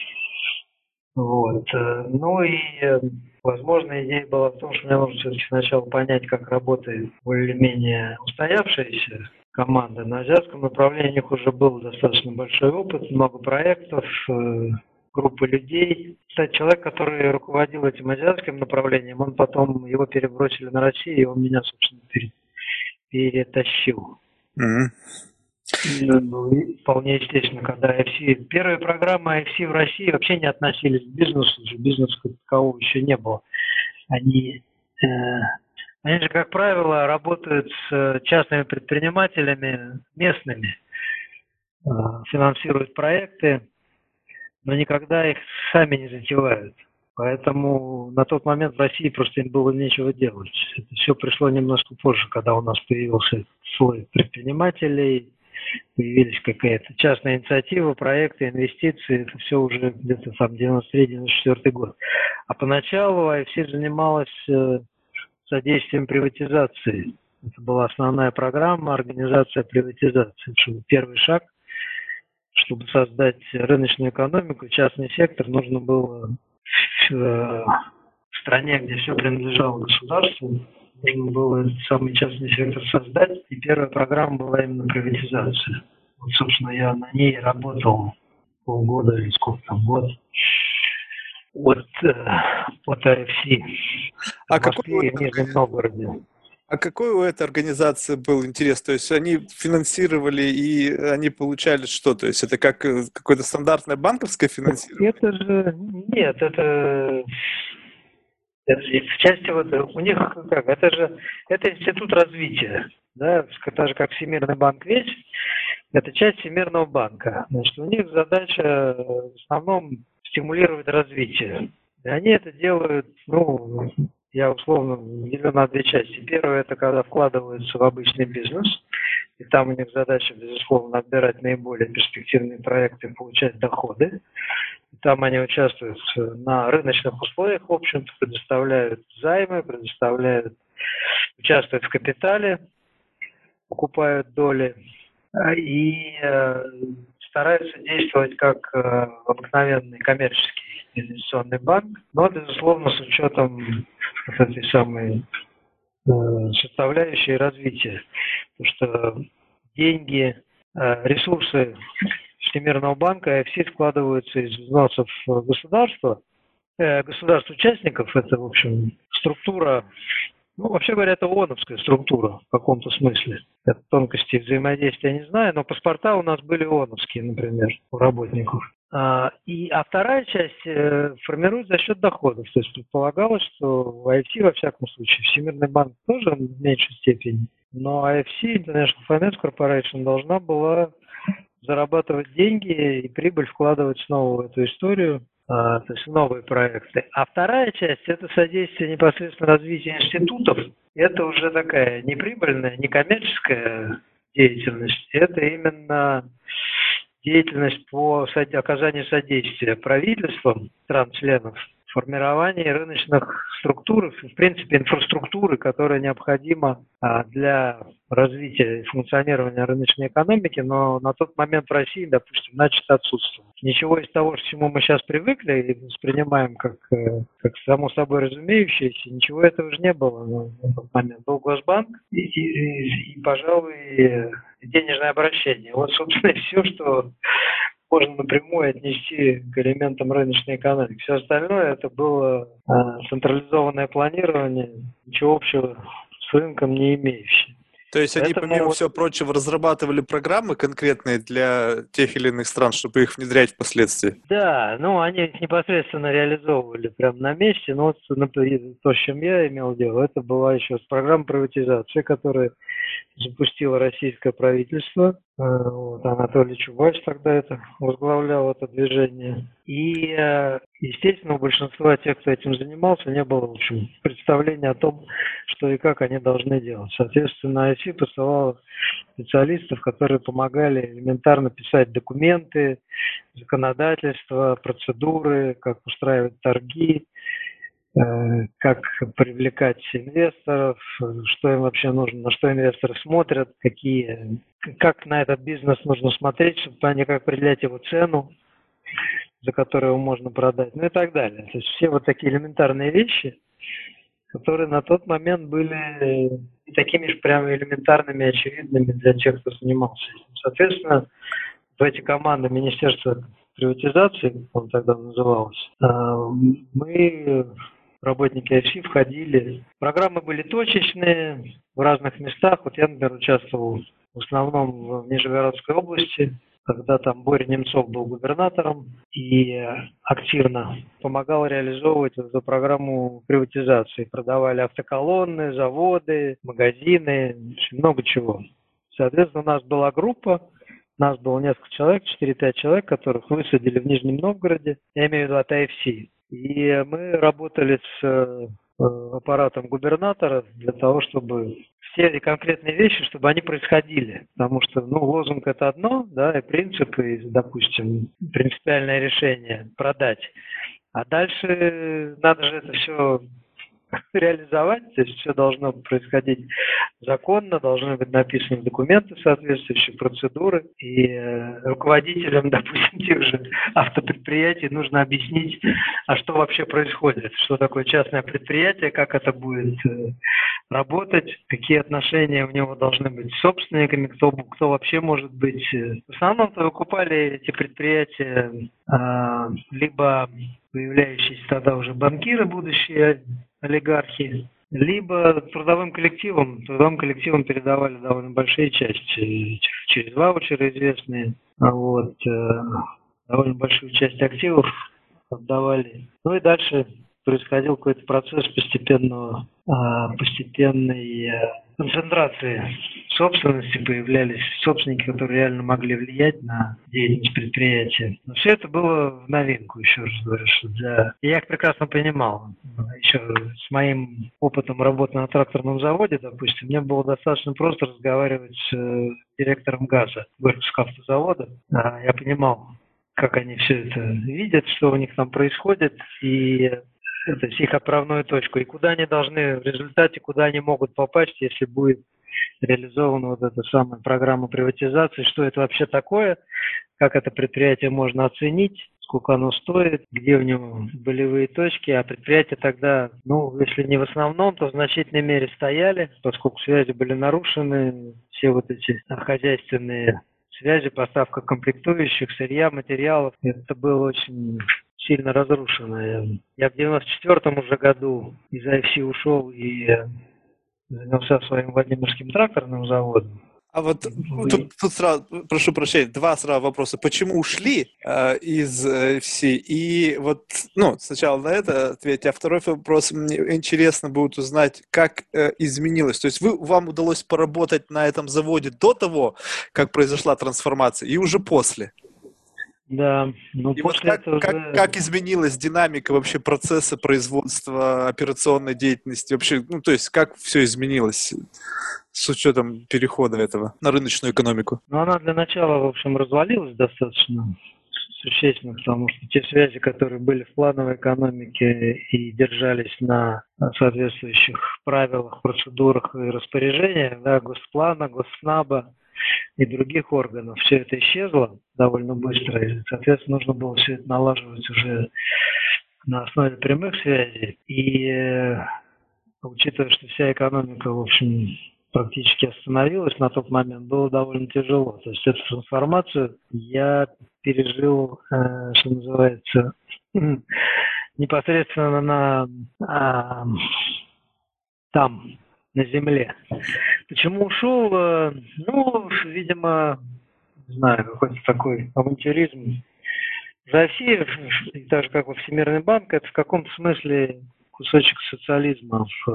вот. Ну и, возможно, идея была в том, что мне нужно все-таки сначала понять, как работает более-менее устоявшаяся команда. На азиатском направлении у них уже был достаточно большой опыт, много проектов, группа людей. Кстати, человек, который руководил этим азиатским направлением, он потом, его перебросили на Россию, и он меня, собственно, перетащил. Mm-hmm. Ну, ну, вполне естественно, когда ай эф си... Первые программы ай эф си в России вообще не относились к бизнесу, уже бизнеса как такового еще не было. Они, э, они же, как правило, работают с частными предпринимателями местными, э, финансируют проекты, но никогда их сами не затевают. Поэтому на тот момент в России просто им было нечего делать. Это все пришло немножко позже, когда у нас появился слой предпринимателей, появились какая-то частная инициатива, проекты, инвестиции. Это все уже где-то там девяносто третий — девяносто четвёртый год. А поначалу ай эф си занималась э, содействием приватизации. Это была основная программа — организация приватизации. Чтобы первый шаг, чтобы создать рыночную экономику, частный сектор, нужно было в, в стране, где все принадлежало государству, нужно было этот самый частный сектор создать, и первая программа была именно приватизация. Вот, собственно, я на ней работал полгода или сколько там, год, от, от ай эф си А в Москве и в Нижнем Новгороде. А какой у этой организации был интерес? То есть они финансировали и они получали что? То есть это как какое-то стандартное банковское финансирование? Это же... Нет, это... это в части вот у них как? Это же это институт развития. Да, так же, как Всемирный банк Веч, это часть Всемирного банка. Значит, у них задача в основном стимулировать развитие. И они это делают, ну, я условно делю на две части. Первое — это когда вкладываются в обычный бизнес, и там у них задача, безусловно, отбирать наиболее перспективные проекты и получать доходы. И там они участвуют на рыночных условиях, в общем-то, предоставляют займы, предоставляют, участвуют в капитале, покупают доли и э, стараются действовать как э, обыкновенный коммерческий инвестиционный банк, но, безусловно, с учетом вот этой самой э, составляющей развития. Потому что деньги, э, ресурсы Всемирного банка, ай эф си вкладываются из взносов государства, э, государств-участников. Это, в общем, структура. Ну, вообще говоря, это ООНовская структура в каком-то смысле. Это тонкости взаимодействия я не знаю, но паспорта у нас были ООНовские, например, у работников. А, и, а вторая часть э, формируется за счет доходов. То есть предполагалось, что в ай эф си, во всяком случае, Всемирный банк тоже в меньшей степени, но ай эф си, International Finance Corporation, должна была зарабатывать деньги и прибыль вкладывать снова в эту историю, то есть новые проекты. А вторая часть – это содействие непосредственно развитию институтов. Это уже такая неприбыльная, некоммерческая деятельность. Это именно деятельность по оказанию содействия правительствам стран-членов в формировании рыночных структур, в принципе, инфраструктуры, которая необходима для развития и функционирования рыночной экономики, но на тот момент в России, допустим, начисто отсутствовало. Ничего из того, к чему мы сейчас привыкли и воспринимаем как, как само собой разумеющееся, ничего этого же не было на тот момент. Был Госбанк и, и, и пожалуй, денежное обращение. Вот, собственно, и все, что можно напрямую отнести к элементам рыночной экономики. Все остальное это было э, централизованное планирование, ничего общего с рынком не имеющее. То есть они, Поэтому помимо вот... всего прочего, разрабатывали программы конкретные для тех или иных стран, чтобы их внедрять впоследствии? Да, ну они их непосредственно реализовывали прямо на месте, но вот, например, то, с чем я имел дело, это была еще программа приватизации, которая запустило российское правительство. Вот, Анатолий Чубайс тогда это возглавлял это движение. И, естественно, у большинства тех, кто этим занимался, не было, в общем, представления о том, что и как они должны делать. Соответственно, ай эф си посылала специалистов, которые помогали элементарно писать документы, законодательство, процедуры, как устраивать торги, как привлекать инвесторов, что им вообще нужно, на что инвесторы смотрят, какие, как на этот бизнес нужно смотреть, чтобы они как определять его цену, за которую его можно продать, ну и так далее. То есть все вот такие элементарные вещи, которые на тот момент были такими же прямо элементарными, очевидными для тех, кто занимался этим. Соответственно, в эти команды Министерства приватизации, он тогда назывался, мы, работники ай эф си, входили. Программы были точечные в разных местах. Вот я, например, участвовал в основном в Нижегородской области, когда там Боря Немцов был губернатором и активно помогал реализовывать эту программу приватизации. Продавали автоколонны, заводы, магазины, много чего. Соответственно, у нас была группа, нас было несколько человек, четыре-пять человек, которых высадили в Нижнем Новгороде, я имею в виду от эй эф си. И мы работали с аппаратом губернатора для того, чтобы все конкретные вещи, чтобы они происходили. Потому что, ну, лозунг это одно, да, и принцип, и, допустим, принципиальное решение продать. А дальше надо же это все реализовать, то есть все должно происходить законно, должны быть написаны документы соответствующие, процедуры, и э, руководителям, допустим, тех же автопредприятий нужно объяснить, а что вообще происходит, что такое частное предприятие, как это будет э, работать, какие отношения у него должны быть с собственниками, кто, кто вообще может быть. В основном-то выкупали эти предприятия э, либо появляющиеся тогда уже банкиры, будущие олигархи, либо трудовым коллективам. Трудовым коллективам передавали довольно большие части через ваучеры известные. Вот, довольно большую часть активов отдавали. Ну и дальше происходил какой-то процесс постепенного, постепенной концентрации собственности, появлялись собственники, которые реально могли влиять на деятельность предприятия. Но все это было в новинку, еще раз говорю, что для... Я их прекрасно понимал. Еще с моим опытом работы на тракторном заводе, допустим, мне было достаточно просто разговаривать с директором ГАЗа Горьковского автозавода. Я понимал, как они все это видят, что у них там происходит, и это их отправную точку, и куда они должны в результате, куда они могут попасть, если будет реализована вот эта самая программа приватизации, что это вообще такое, как это предприятие можно оценить, сколько оно стоит, где у него болевые точки, а предприятия тогда, ну, если не в основном, то в значительной мере стояли, поскольку связи были нарушены, все вот эти хозяйственные связи, поставка комплектующих, сырья, материалов, это было очень сильно разрушено. Я в девяносто четвёртом уже году из эй эф си ушел и занялся своим Владимирским тракторным заводом. А вот тут, тут сразу, прошу прощения, два сразу вопроса. Почему ушли э, из эй эф си? И вот, ну, сначала на это ответьте, а второй вопрос, мне интересно будет узнать, как э, изменилось. То есть вы, вам удалось поработать на этом заводе до того, как произошла трансформация, и уже после? Да, ну и после вот как, этого как, уже... как изменилась динамика вообще процесса производства, операционной деятельности? Вообще, ну, то есть, как все изменилось с учетом перехода этого на рыночную экономику? Ну, она для начала, в общем, развалилась достаточно существенно, потому что те связи, которые были в плановой экономике и держались на соответствующих правилах, процедурах и распоряжениях, да, Госплана, Госнаба и других органов, все это исчезло довольно быстро, и, соответственно, нужно было все это налаживать уже на основе прямых связей. И э, учитывая, что вся экономика, в общем, практически остановилась на тот момент, было довольно тяжело. То есть эту трансформацию я пережил, э, что называется, непосредственно на а, там, на земле. Почему ушел? Ну, видимо, не знаю, какой-то такой авантюризм. Россия, так же как и Всемирный банк, это в каком-то смысле кусочек социализма в,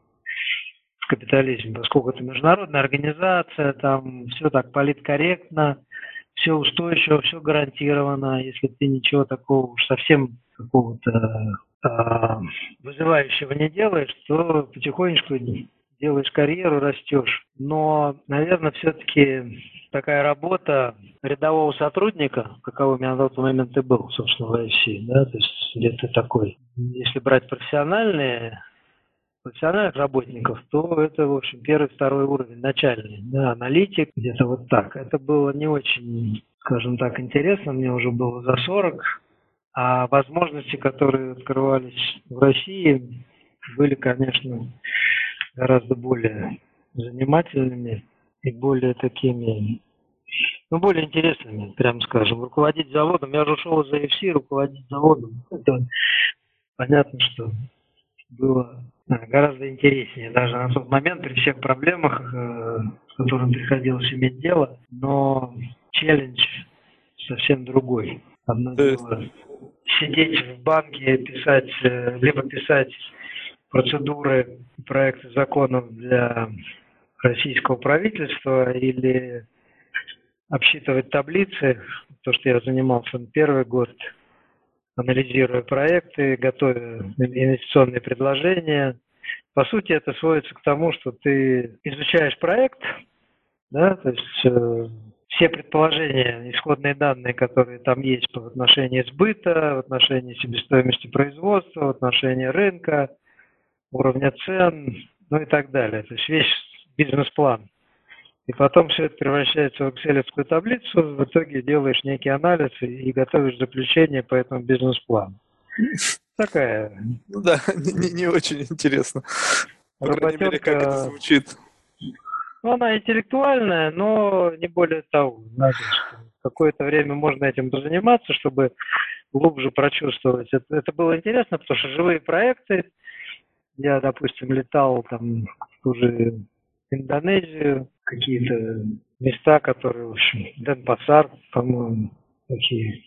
в капитализме, поскольку это международная организация, там все так политкорректно, все устойчиво, все гарантировано. Если ты ничего такого уж совсем какого-то э, вызывающего не делаешь, то потихонечку делаешь карьеру, растешь. Но, наверное, все-таки такая работа рядового сотрудника, каковым я на тот момент и был, собственно, в эй эф си, да, то есть где-то такой. Если брать профессиональные, профессиональных работников, то это, в общем, первый, второй уровень, начальный, да, аналитик, где-то вот так. Это было не очень, скажем так, интересно, мне уже было за сорок, а возможности, которые открывались в России, были, конечно, гораздо более занимательными и более такими, ну, более интересными, прямо скажем. Руководить заводом, я же ушел из эй эф си, руководить заводом, это понятно, что было гораздо интереснее. Даже на тот момент при всех проблемах, с которым приходилось иметь дело, но челлендж совсем другой. Одно дело сидеть в банке, писать, либо писать процедуры, проекты законов для российского правительства или обсчитывать таблицы, то, что я занимался первый год, анализируя проекты, готовя инвестиционные предложения. По сути, это сводится к тому, что ты изучаешь проект, да, то есть э, все предположения, исходные данные, которые там есть в отношении сбыта, в отношении себестоимости производства, в отношении рынка, уровня цен, ну и так далее. То есть весь бизнес-план. И потом все это превращается в экселевскую таблицу, в итоге делаешь некий анализ и готовишь заключение по этому бизнес-плану. Такая. Ну да, не, не очень интересно. По крайней мере, как это звучит. Ну, она интеллектуальная, но не более того. Надо, какое-то время можно этим заниматься, чтобы глубже прочувствовать. Это, это было интересно, потому что живые проекты. Я, допустим, летал там в ту же Индонезию, какие-то места, которые, в общем, Денпасар, по-моему, такие,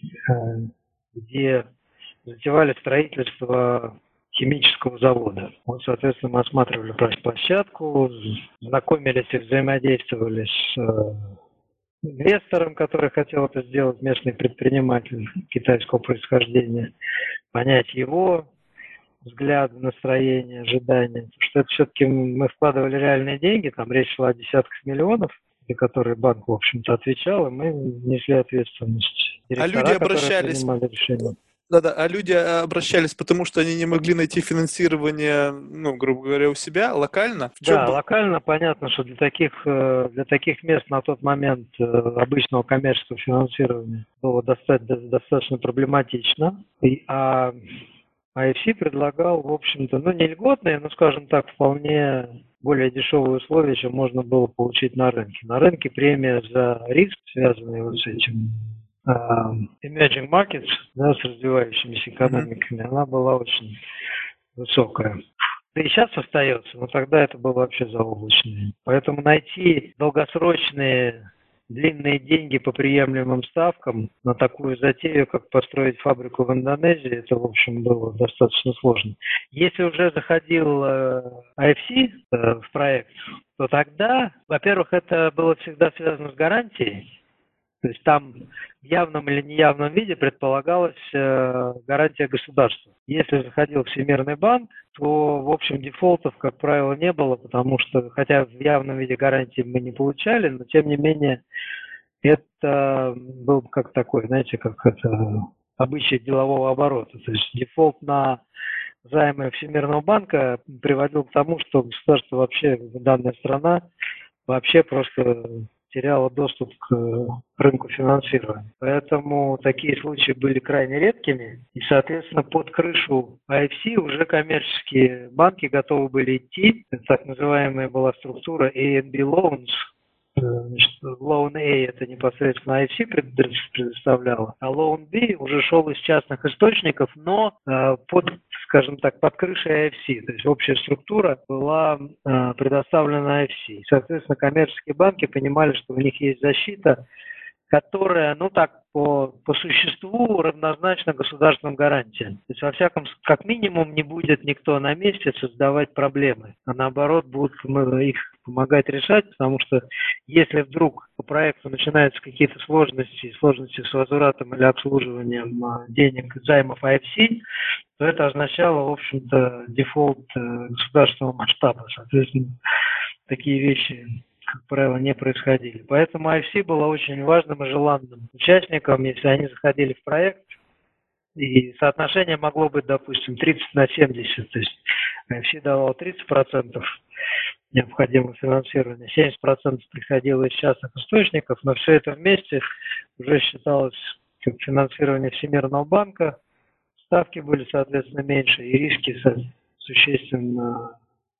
где затевали строительство химического завода. Вот, соответственно, мы осматривали площадку, знакомились и взаимодействовали с инвестором, который хотел это сделать, местный предприниматель китайского происхождения, понять его взгляды, настроения, ожидания. Потому что это все-таки мы вкладывали реальные деньги, там речь шла о десятках миллионов, за которые банк, в общем-то, отвечал, и мы несли ответственность. Директора, а люди обращались... Да-да, а люди обращались, потому что они не могли найти финансирование, ну, грубо говоря, у себя, локально? В чем да, был... локально понятно, что для таких, для таких мест на тот момент обычного коммерческого финансирования было достаточно, достаточно проблематично. И, а ай эф си предлагал, в общем-то, ну, не льготные, но, скажем так, вполне более дешевые условия, чем можно было получить на рынке. На рынке премия за риск, связанный вот с этим uh, emerging markets, да, с развивающимися экономиками, mm-hmm. она была очень высокая. Да и сейчас остается, но тогда это было вообще заоблачное. Поэтому найти долгосрочные длинные деньги по приемлемым ставкам на такую затею, как построить фабрику в Индонезии, это, в общем, было достаточно сложно. Если уже заходил ай эф си в проект, то тогда, во-первых, это было всегда связано с гарантией. То есть там в явном или неявном виде предполагалась э, гарантия государства. Если заходил Всемирный банк, то, в общем, дефолтов, как правило, не было, потому что, хотя в явном виде гарантии мы не получали, но, тем не менее, это был как такой, знаете, как это обычай делового оборота. То есть дефолт на займы Всемирного банка приводил к тому, что государство вообще, данная страна, вообще просто теряла доступ к рынку финансирования. Поэтому такие случаи были крайне редкими. И, соответственно, под крышу ай эф си уже коммерческие банки готовы были идти. Это так называемая была структура эй энд би Loans. Значит, Loan A это непосредственно ай эф си предоставляла, а Loan B уже шел из частных источников, но э, под, скажем так, под крышей ай эф си. То есть общая структура была э, предоставлена ай эф си. Соответственно, коммерческие банки понимали, что у них есть защита, которая, ну так, по, по существу равнозначна государственным гарантиям. То есть, во всяком, как минимум, не будет никто на месте создавать проблемы, а наоборот, будут их помогать решать, потому что если вдруг по проекту начинаются какие-то сложности, сложности с возвратом или обслуживанием денег, займов ай эф си, то это означало, в общем-то, дефолт государственного масштаба. Соответственно, такие вещи, как правило, не происходили. Поэтому ай эф си была очень важным и желанным участником, если они заходили в проект. И соотношение могло быть, допустим, тридцать на семьдесят. То есть ай эф си давал тридцать процентов необходимого финансирования, семьдесят процентов приходило из частных источников, но все это вместе уже считалось как финансирование Всемирного банка. Ставки были, соответственно, меньше, и риски существенно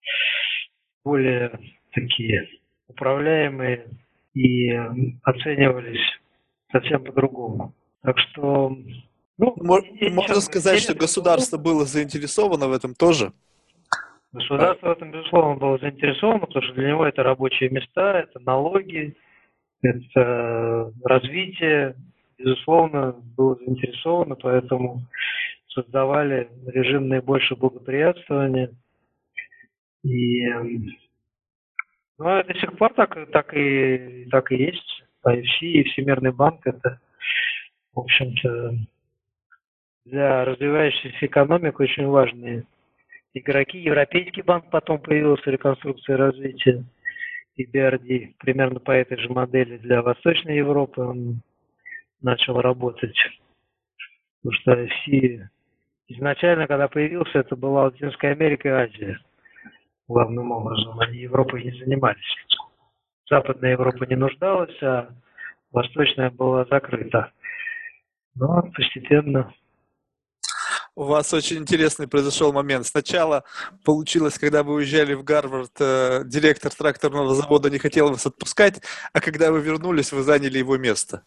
более такие управляемые и оценивались совсем по-другому. Так что... Ну, можно сказать, что государство было заинтересовано в этом тоже? Государство в этом, безусловно, было заинтересовано, потому что для него это рабочие места, это налоги, это развитие. Безусловно, было заинтересовано, поэтому создавали режим наибольшего благоприятствования. И ну, а до сих пор так, так, и, так и есть. ай эф си и Всемирный банк – это, в общем-то, для развивающейся экономики очень важные игроки. Европейский банк потом появился, реконструкция и развитие, и би ар ди, примерно по этой же модели для Восточной Европы он начал работать. Потому что ай эф си изначально, когда появился, это была Латинская Америка и Азия. Главным образом. Они Европой не занимались. Западная Европа не нуждалась, а Восточная была закрыта. Но постепенно... У вас очень интересный произошел момент. Сначала получилось, когда вы уезжали в Гарвард, э, директор тракторного завода не хотел вас отпускать, а когда вы вернулись, вы заняли его место.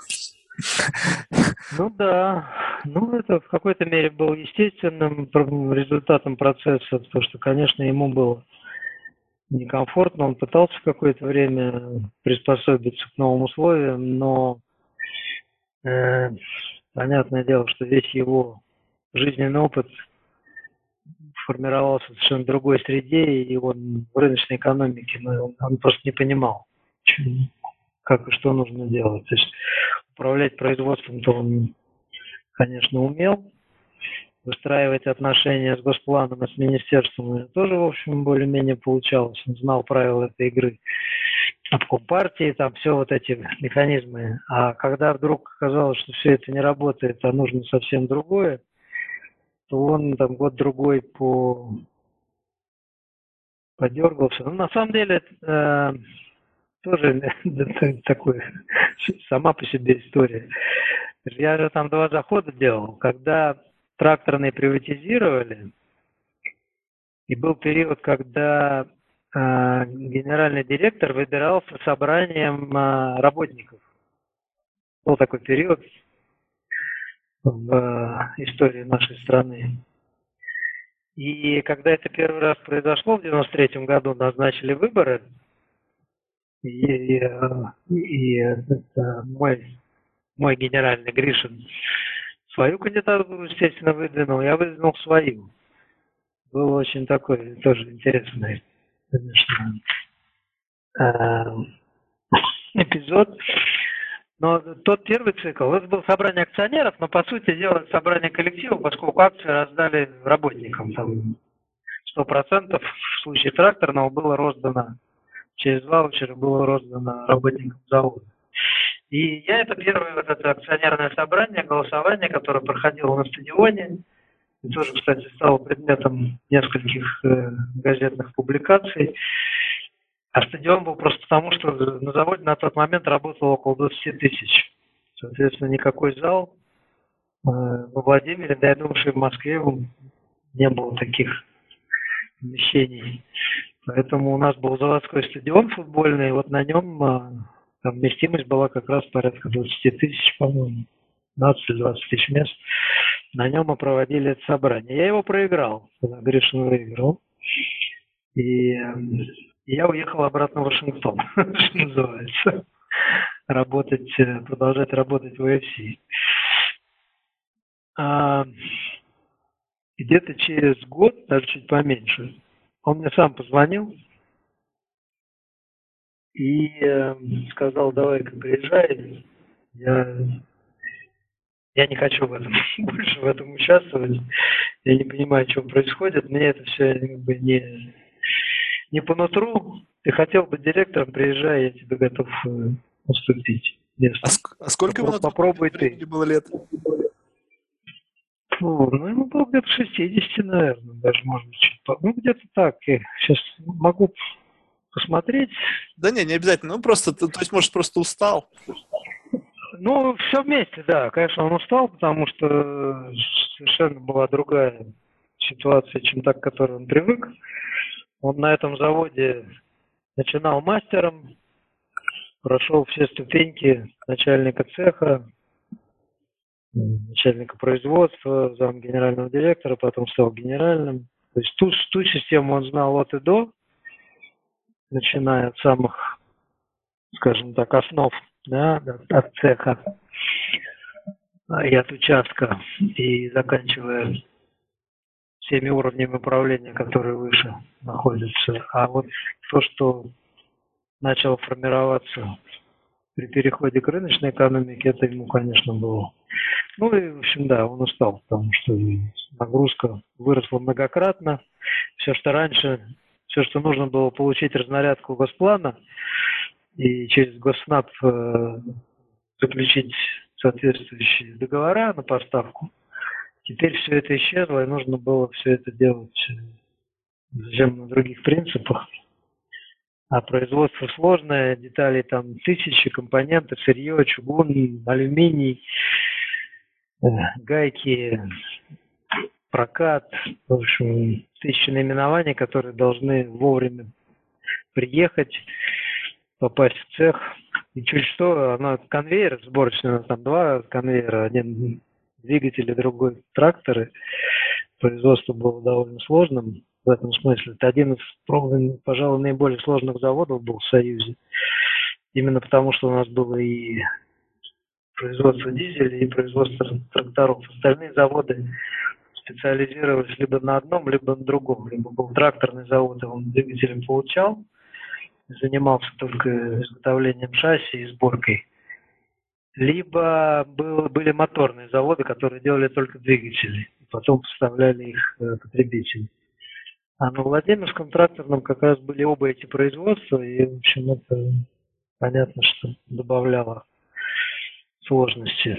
Ну да, ну это в какой-то мере было естественным результатом процесса, потому что, конечно, ему было некомфортно, он пытался какое-то время приспособиться к новым условиям, но э, понятное дело, что весь его жизненный опыт формировался в совершенно другой среде, и он в рыночной экономике, но он, он просто не понимал, как и что нужно делать. То есть управлять производством-то он, конечно, умел. Выстраивать отношения с госпланом и с министерством тоже, в общем, более-менее получалось. Он знал правила этой игры. Обком партии, там все вот эти механизмы. А когда вдруг оказалось, что все это не работает, а нужно совсем другое, то он там год-другой по... подергался. Ну, на самом деле, э, тоже такой, сама по себе история. Я же там два захода делал. Когда тракторные приватизировали, и был период, когда э, генеральный директор выбирался собранием э, работников. Был такой период в э, истории нашей страны. И когда это первый раз произошло, в девяносто третьем году назначили выборы, и, и, и это мой, мой генеральный Гришин свою кандидатуру, естественно, выдвинул, я выдвинул свою. Был очень такой тоже интересный, конечно, эпизод. Но тот первый цикл, это было собрание акционеров, но по сути дела это собрание коллектива, поскольку акции раздали работникам. Там сто процентов в случае тракторного было роздано, через ваучеры было роздано работникам завода. И я это первое вот это акционерное собрание, голосование, которое проходило на стадионе, и тоже, кстати, стало предметом нескольких э, газетных публикаций. А стадион был просто потому, что на заводе на тот момент работало около двадцати тысяч. Соответственно, никакой зал э, во Владимире, да я думаю, что и в Москве не было таких помещений. Поэтому у нас был заводской стадион футбольный, и вот на нем э, там вместимость была как раз порядка двадцати тысяч, по-моему, пятнадцать-двадцать тысяч мест. На нем мы проводили это собрание. Я его проиграл, когда Гришин выиграл. И я уехал обратно в Вашингтон, что называется, работать, продолжать работать в эй эф си. А где-то через год, даже чуть поменьше, он мне сам позвонил и сказал: давай-ка приезжай, я, я не хочу в этом, больше в этом участвовать, я не понимаю, что происходит, мне это все как бы не... не по нутру, ты хотел быть директором, приезжай, я тебе готов уступить. А, ск- а сколько ему попробуй ты. было лет? Фу, ну, ему было где-то шестьдесят, наверное, даже, может быть, чуть по... Ну, где-то так. Я сейчас могу посмотреть. Да не, не обязательно. Ну, просто, то, то есть, может, просто устал? Ну, все вместе, да. Конечно, он устал, потому что совершенно была другая ситуация, чем та, к которой он привык. Он на этом заводе начинал мастером, прошел все ступеньки начальника цеха, начальника производства, зам генерального директора, потом стал генеральным. То есть ту, ту систему он знал от и до, начиная от самых, скажем так, основ, да, от цеха и от участка, и заканчивая всеми уровнями управления, которые выше находятся. А вот то, что начало формироваться при переходе к рыночной экономике, это ему, конечно, было. Ну и, в общем, да, он устал, потому что нагрузка выросла многократно. Все, что раньше, все, что нужно было получить разнарядку Госплана и через Госнаб э, заключить соответствующие договора на поставку, теперь все это исчезло, и нужно было все это делать совсем на других принципах. А производство сложное, деталей там тысячи, компоненты, сырье, чугун, алюминий, гайки, прокат, в общем, тысячи наименований, которые должны вовремя приехать, попасть в цех. И чуть что, она конвейер сборочный, у нас там два конвейера, один двигатель и другой тракторы. Производство было довольно сложным в этом смысле. Это один из, пожалуй, наиболее сложных заводов был в Союзе. Именно потому, что у нас было и производство дизеля, и производство тракторов. Остальные заводы специализировались либо на одном, либо на другом. Либо был тракторный завод, и он двигателем получал, занимался только изготовлением шасси и сборкой. Либо был, были моторные заводы, которые делали только двигатели, и потом поставляли их э, потребителям. А на Владимирском тракторном как раз были оба эти производства, и, в общем, это понятно, что добавляло сложности.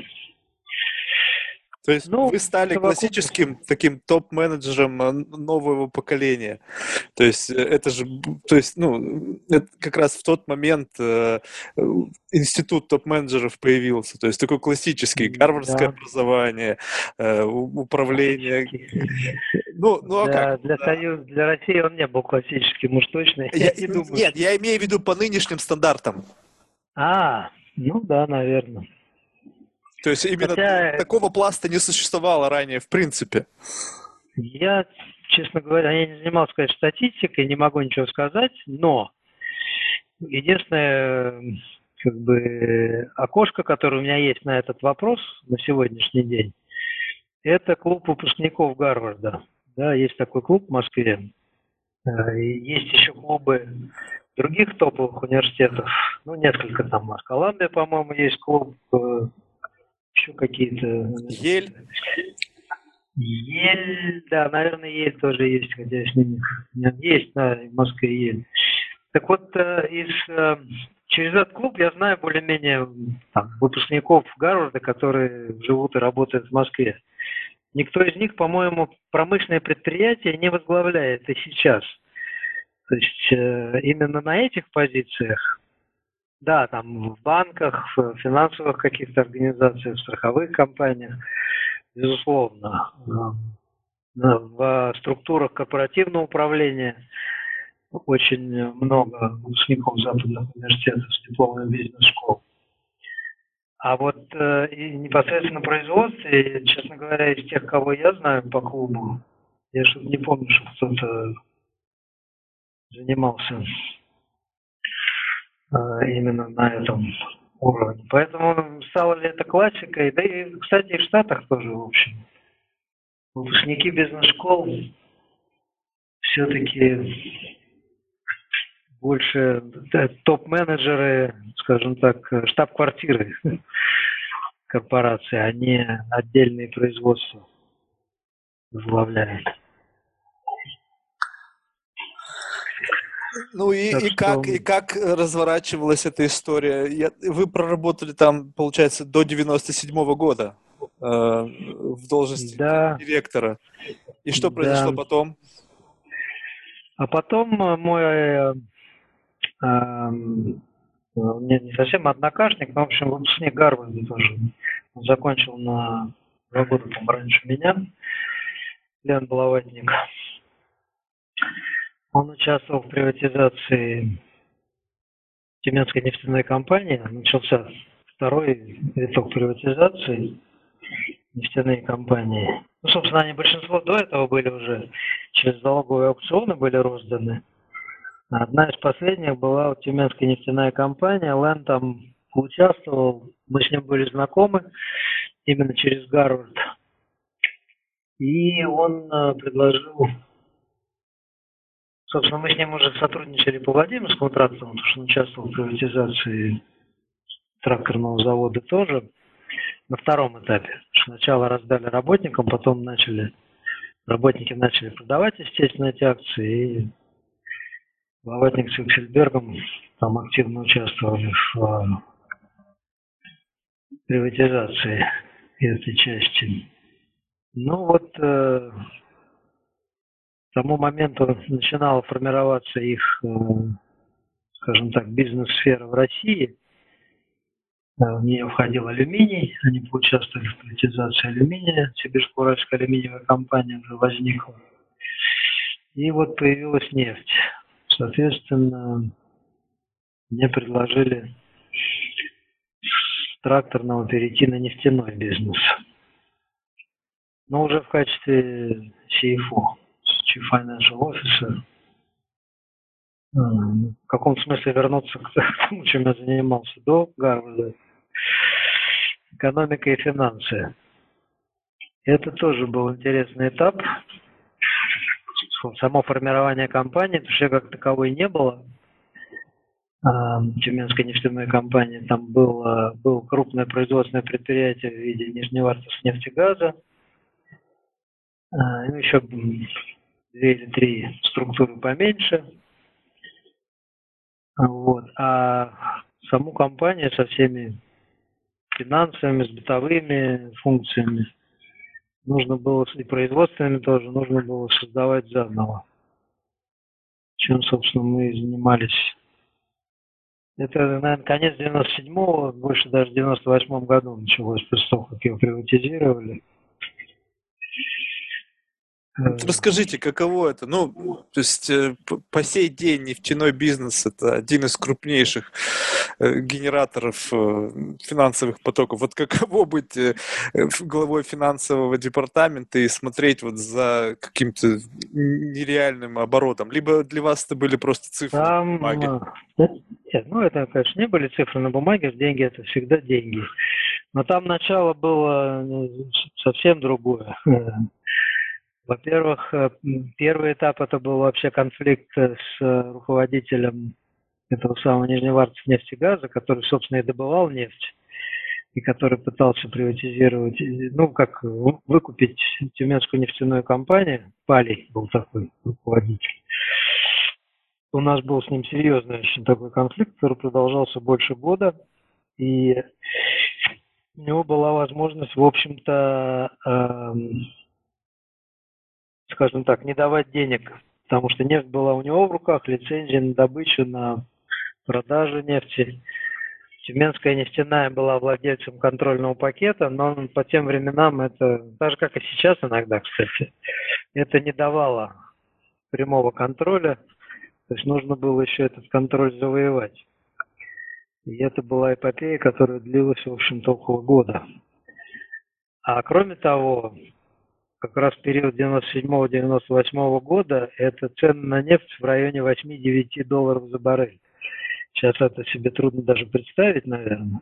То есть ну, вы стали классическим таким топ-менеджером нового поколения. То есть это же, то есть, ну, это как раз в тот момент э, институт топ-менеджеров появился. То есть такой классический, гарвардское да. образование, э, управление. Ну, ну а для, как? Для, да. Союза, для России он не был классическим, уж точно. Я, я не думаю. Нет, что... я имею в виду по нынешним стандартам. А, ну да, наверное. То есть именно Хотя... такого пласта не существовало ранее, в принципе. Я, честно говоря, я не занимался, конечно, статистикой, не могу ничего сказать, но единственное, как бы, окошко, которое у меня есть на этот вопрос на сегодняшний день, это клуб выпускников Гарварда. Да, есть такой клуб в Москве. Есть еще клубы других топовых университетов. Ну, несколько там. В Колумбии, по-моему, есть клуб. Еще какие-то... Ель? Ель, да, наверное, Ель тоже есть, хотя с ними есть, да, в Москве Ель. Так вот, из, через этот клуб я знаю более-менее там, выпускников Гарварда, которые живут и работают в Москве. Никто из них, по-моему, промышленное предприятие не возглавляет и сейчас. То есть именно на этих позициях, да, там в банках, в финансовых каких-то организациях, в страховых компаниях, безусловно, в структурах корпоративного управления очень много выпускников западных университетов с дипломами бизнес-школ. А вот э, и непосредственно производстве, честно говоря, из тех, кого я знаю по клубу, я что-то не помню, что кто-то занимался э, именно на этом уровне. Поэтому стало ли это классикой? Да и, кстати, и в Штатах тоже, в общем. Выпускники бизнес-школ все-таки больше топ-менеджеры, скажем так, штаб-квартиры корпорации, а не отдельные производства возглавляют. Ну и, и, что... как, и как разворачивалась эта история? Я, вы проработали там, получается, до девяносто седьмого года э, в должности да. директора. И что произошло да. потом? А потом мой... Э, э, не совсем однокашник, но, в общем, выпускник Гарварда тоже. Он закончил на два года там раньше меня. Леон Блаватник. Он участвовал в приватизации Тюменской нефтяной компании. Начался второй виток приватизации. нефтяные компании. Ну, собственно, они большинство до этого были уже через залоговые аукционы были розданы. Одна из последних была вот Тюменская нефтяная компания. Лэн там участвовал, мы с ним были знакомы именно через Гарвард. И он э, предложил, собственно, мы с ним уже сотрудничали по Владимирскому трактору, потому что он участвовал в приватизации тракторного завода тоже на втором этапе. Сначала раздали работникам, потом начали работники начали продавать, естественно, эти акции, и Блаватник с Виксельбергом там активно участвовали в приватизации этой части. Ну вот э, к тому моменту начинала формироваться их, э, скажем так, бизнес-сфера в России. В нее входил алюминий, они поучаствовали в приватизации алюминия, Сибирско-Уральская алюминиевая компания уже возникла. И вот появилась нефть. Соответственно, мне предложили с тракторного перейти на нефтяной бизнес. Но уже в качестве си эф о, Chief Financial Officer. В каком смысле вернуться к тому, чем я занимался до Гарварда. Экономика и финансы. Это тоже был интересный этап. Само формирование компании, потому что как таковой не было. Тюменской нефтяной компании. Там было, было крупное производственное предприятие в виде Нижневартовскнефтегаза. Ну, еще две или три структуры поменьше. Вот. А саму компанию со всеми финансовыми, с бытовыми функциями нужно было, и производственными тоже, нужно было создавать заново. Чем, собственно, мы и занимались. Это, наверное, конец девяносто седьмого, больше даже в девяносто восьмом году началось, после того, как его приватизировали. Расскажите, каково это? Ну, то есть по сей день нефтяной бизнес – это один из крупнейших генераторов финансовых потоков. Вот каково быть главой финансового департамента и смотреть вот за каким-то нереальным оборотом? Либо для вас это были просто цифры Там, на бумаге? Нет, ну это, конечно, не были цифры на бумаге, деньги – это всегда деньги. Но там начало было совсем другое. Во-первых, первый этап это был вообще конфликт с руководителем этого самого Нижневартовскнефтегаза, который, собственно, и добывал нефть, и который пытался приватизировать, ну, как выкупить Тюменскую нефтяную компанию. Палий был такой руководитель. У нас был с ним серьезный очень такой конфликт, который продолжался больше года, и у него была возможность, в общем-то, эм, скажем так, не давать денег, потому что нефть была у него в руках, лицензия на добычу, на продажу нефти. Тюменская нефтяная была владельцем контрольного пакета, но по тем временам это, даже как и сейчас иногда, кстати, это не давало прямого контроля, то есть нужно было еще этот контроль завоевать. И это была эпопея, которая длилась, в общем-то, около года. А кроме того, как раз в период девяносто седьмого — девяносто восьмого года это цены на нефть в районе восемь-девять долларов за баррель. Сейчас это себе трудно даже представить, наверное.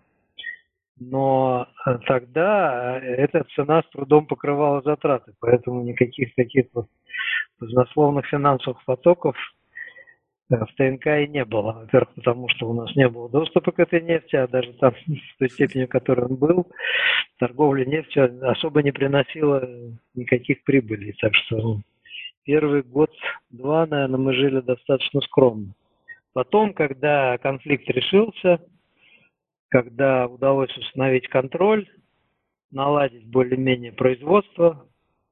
Но тогда эта цена с трудом покрывала затраты, поэтому никаких таких вот баснословных финансовых потоков в ТНК и не было. Во-первых, потому что у нас не было доступа к этой нефти, а даже там, в той степени, в которой он был, торговля нефтью особо не приносила никаких прибылей. Так что первый год-два, наверное, мы жили достаточно скромно. Потом, когда конфликт решился, когда удалось установить контроль, наладить более-менее производство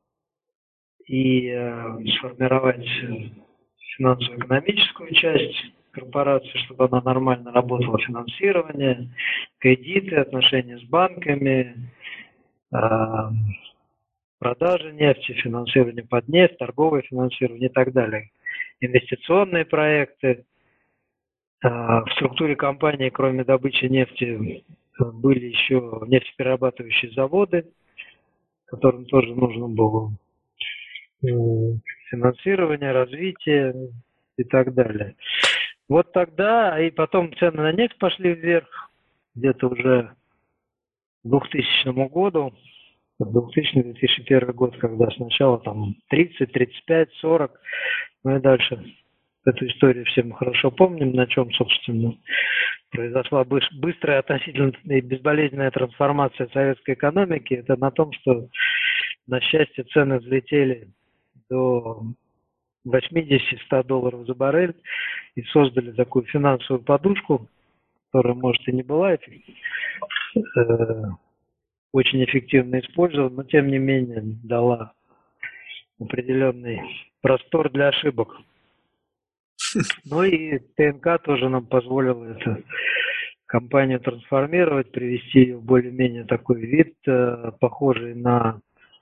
и э, сформировать финансово-экономическую часть корпорации, чтобы она нормально работала, финансирование, кредиты, отношения с банками, э, продажа нефти, финансирование под нефть, торговое финансирование и так далее. Инвестиционные проекты. В структуре компании, кроме добычи нефти, были еще нефтеперерабатывающие заводы. которым тоже нужно было финансирование, развитие и так далее. Вот тогда, и потом цены на нефть пошли вверх, где-то уже к двухтысячному году, двухтысячный — две тысячи первый год, когда сначала там тридцать, тридцать пять, сорок, ну и дальше эту историю все мы хорошо помним, на чем, собственно, произошла быстрая относительно и безболезненная трансформация советской экономики. Это на том, что, на счастье, цены взлетели до восемьдесят-сто долларов за баррель и создали такую финансовую подушку, которая, может, и не была очень эффективно использована, но, тем не менее, дала определенный простор для ошибок. Ну и ТНК тоже нам позволила эту компанию трансформировать, привести ее в более-менее такой вид, похожий на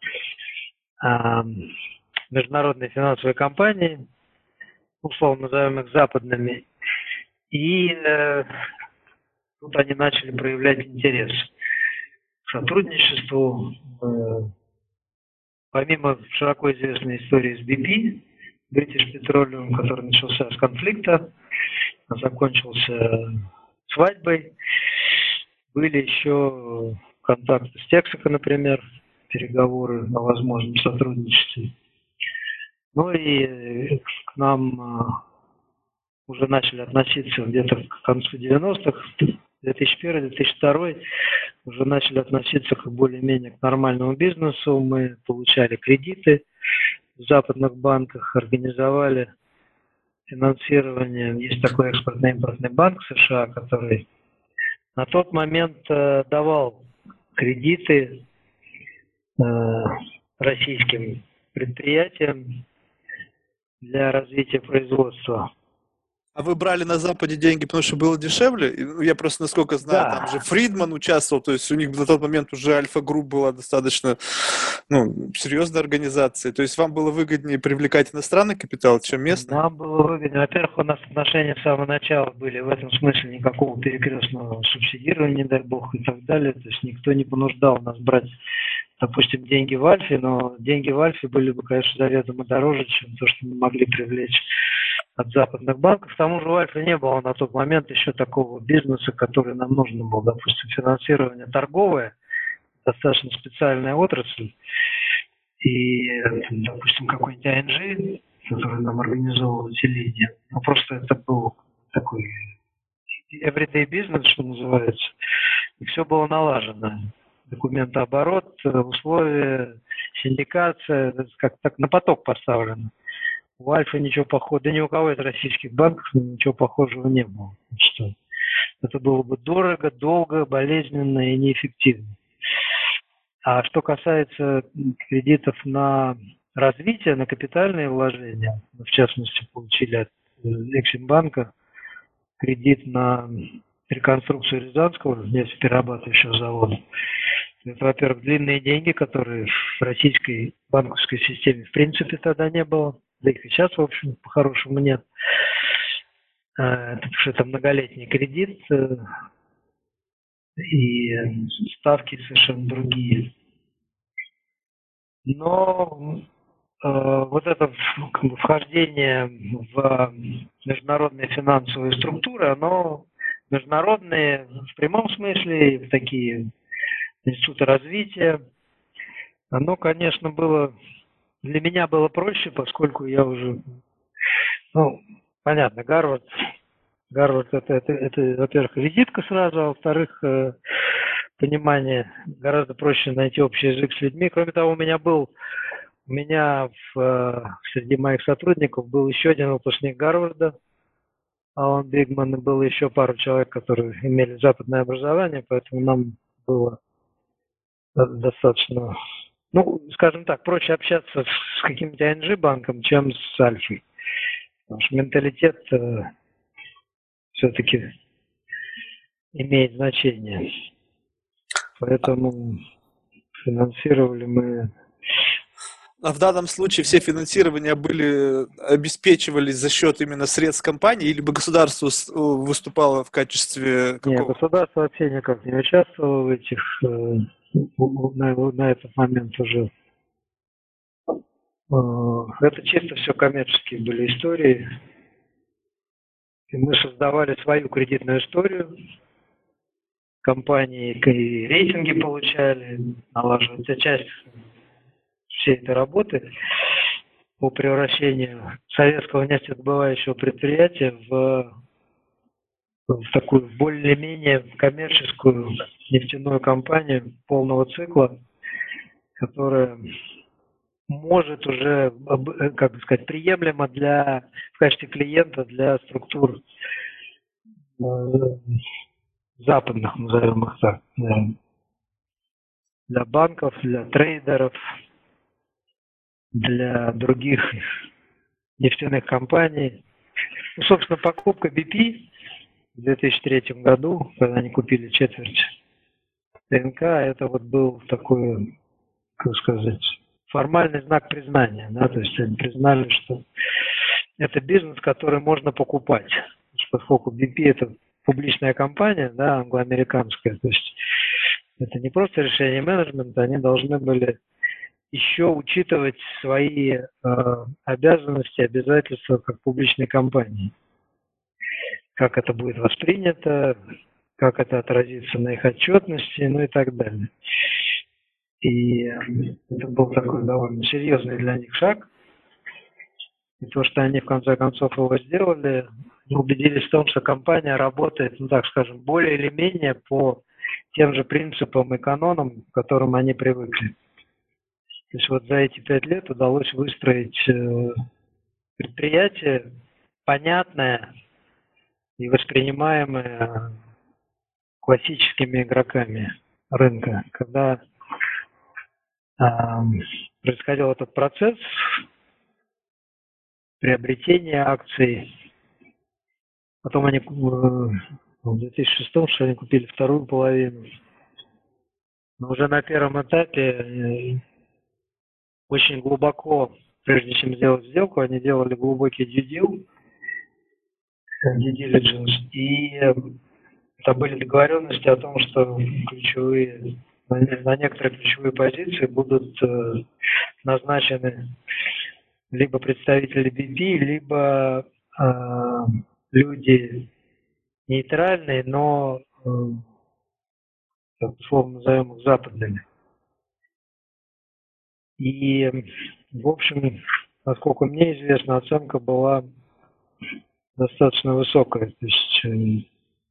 международные финансовые компании, условно назовем их западными, и э, тут они начали проявлять интерес к сотрудничеству. Э, помимо широко известной истории с би пи, British Petroleum, который начался с конфликта, закончился свадьбой, были еще контакты с Texaco, например, переговоры о возможном сотрудничестве. Ну и к нам уже начали относиться где-то к концу девяностых, две тысячи первый — две тысячи второй, уже начали относиться к более-менее к нормальному бизнесу. Мы получали кредиты в западных банках, организовали финансирование. Есть такой экспортно-импортный банк США, который на тот момент э, давал кредиты э, российским предприятиям для развития производства. А вы брали на Западе деньги, потому что было дешевле? Я просто, насколько знаю, да. Там же Фридман участвовал, то есть у них на тот момент уже Альфа-групп была достаточно ну, серьезной организацией. То есть вам было выгоднее привлекать иностранный капитал, чем местный? Нам было выгоднее. Во-первых, у нас отношения с самого начала были в этом смысле никакого перекрестного субсидирования, не дай бог, и так далее. То есть никто не понуждал нас брать, допустим, деньги в Альфе, но деньги в Альфе были бы, конечно, заведомо дороже, чем то, что мы могли привлечь от западных банков. К тому же у Альфы не было на тот момент еще такого бизнеса, который нам нужно было. Допустим, финансирование торговое, достаточно специальная отрасль. И, допустим, какой-нибудь ай эн джи, который нам организовывал телевидение, ну, просто это был такой everyday business, что называется. И все было налажено. Документооборот, условия, синдикация, как так на поток поставлено. У Альфа ничего похожего, да ни у кого из российских банков ничего похожего не было. Что это было бы дорого, долго, болезненно и неэффективно. А что касается кредитов на развитие, на капитальные вложения, в частности, получили от Эксимбанка кредит на реконструкцию Рязанского нефтеперерабатывающего завода. Это, во-первых, длинные деньги, которые в российской банковской системе в принципе тогда не было. Да их и сейчас, в общем, по-хорошему нет. Это, потому что это многолетний кредит, и ставки совершенно другие. Но э, вот это как бы, вхождение в международные финансовые структуры, оно международные в прямом смысле, в такие институты развития, оно, конечно, было... Для меня было проще, поскольку я уже, ну, понятно, Гарвард, Гарвард это, это, это, во-первых, визитка сразу, а во-вторых, э, понимание, гораздо проще найти общий язык с людьми. Кроме того, у меня был, у меня в, э, среди моих сотрудников был еще один выпускник Гарварда, Алан Бигман, и было еще пару человек, которые имели западное образование, поэтому нам было достаточно... Ну, скажем так, проще общаться с каким-то ай эн джи-банком, чем с Альфой. Потому что менталитет э, все-таки имеет значение. Поэтому финансировали мы... А в данном случае все финансирования были, обеспечивались за счет именно средств компании, или бы государство выступало в качестве какого? Нет, государство вообще никак не участвовало в этих... Э, на, на этот момент уже. Это чисто все коммерческие были истории. И мы создавали свою кредитную историю. Компании и рейтинги получали, налаживать часть всей этой работы по превращению советского нефтедобывающего предприятия в, в такую более-менее коммерческую нефтяную компанию полного цикла, которая может уже, как бы сказать, приемлемо для, в качестве клиента для структур э, западных, назовем их так, для банков, для трейдеров, для других нефтяных компаний. Ну, собственно, покупка би пи в две тысячи третьем году, когда они купили четверть ТНК, это вот был такой, как сказать, формальный знак признания. Да? То есть они признали, что это бизнес, который можно покупать. Поскольку би пи это публичная компания, да, англоамериканская, то есть это не просто решение менеджмента, они должны были еще учитывать свои э, обязанности, обязательства как публичной компании. Как это будет воспринято, как это отразится на их отчетности, ну и так далее. И это был такой довольно серьезный для них шаг. И то, что они в конце концов его сделали, они убедились в том, что компания работает, ну так скажем, более или менее по тем же принципам и канонам, к которым они привыкли. То есть вот за эти пять лет удалось выстроить предприятие понятное и воспринимаемое классическими игроками рынка. Когда э, происходил этот процесс приобретения акций, потом они э, в две тысячи шестом, что они купили вторую половину, но уже на первом этапе э, очень глубоко, прежде чем сделать сделку, они делали глубокий due deal, due diligence, и э, это были договоренности о том, что ключевые, на некоторые ключевые позиции будут э, назначены либо представители би пи, либо э, люди нейтральные, но, э, так условно назовем их, западными. И, в общем, насколько мне известно, оценка была достаточно высокая. То есть э,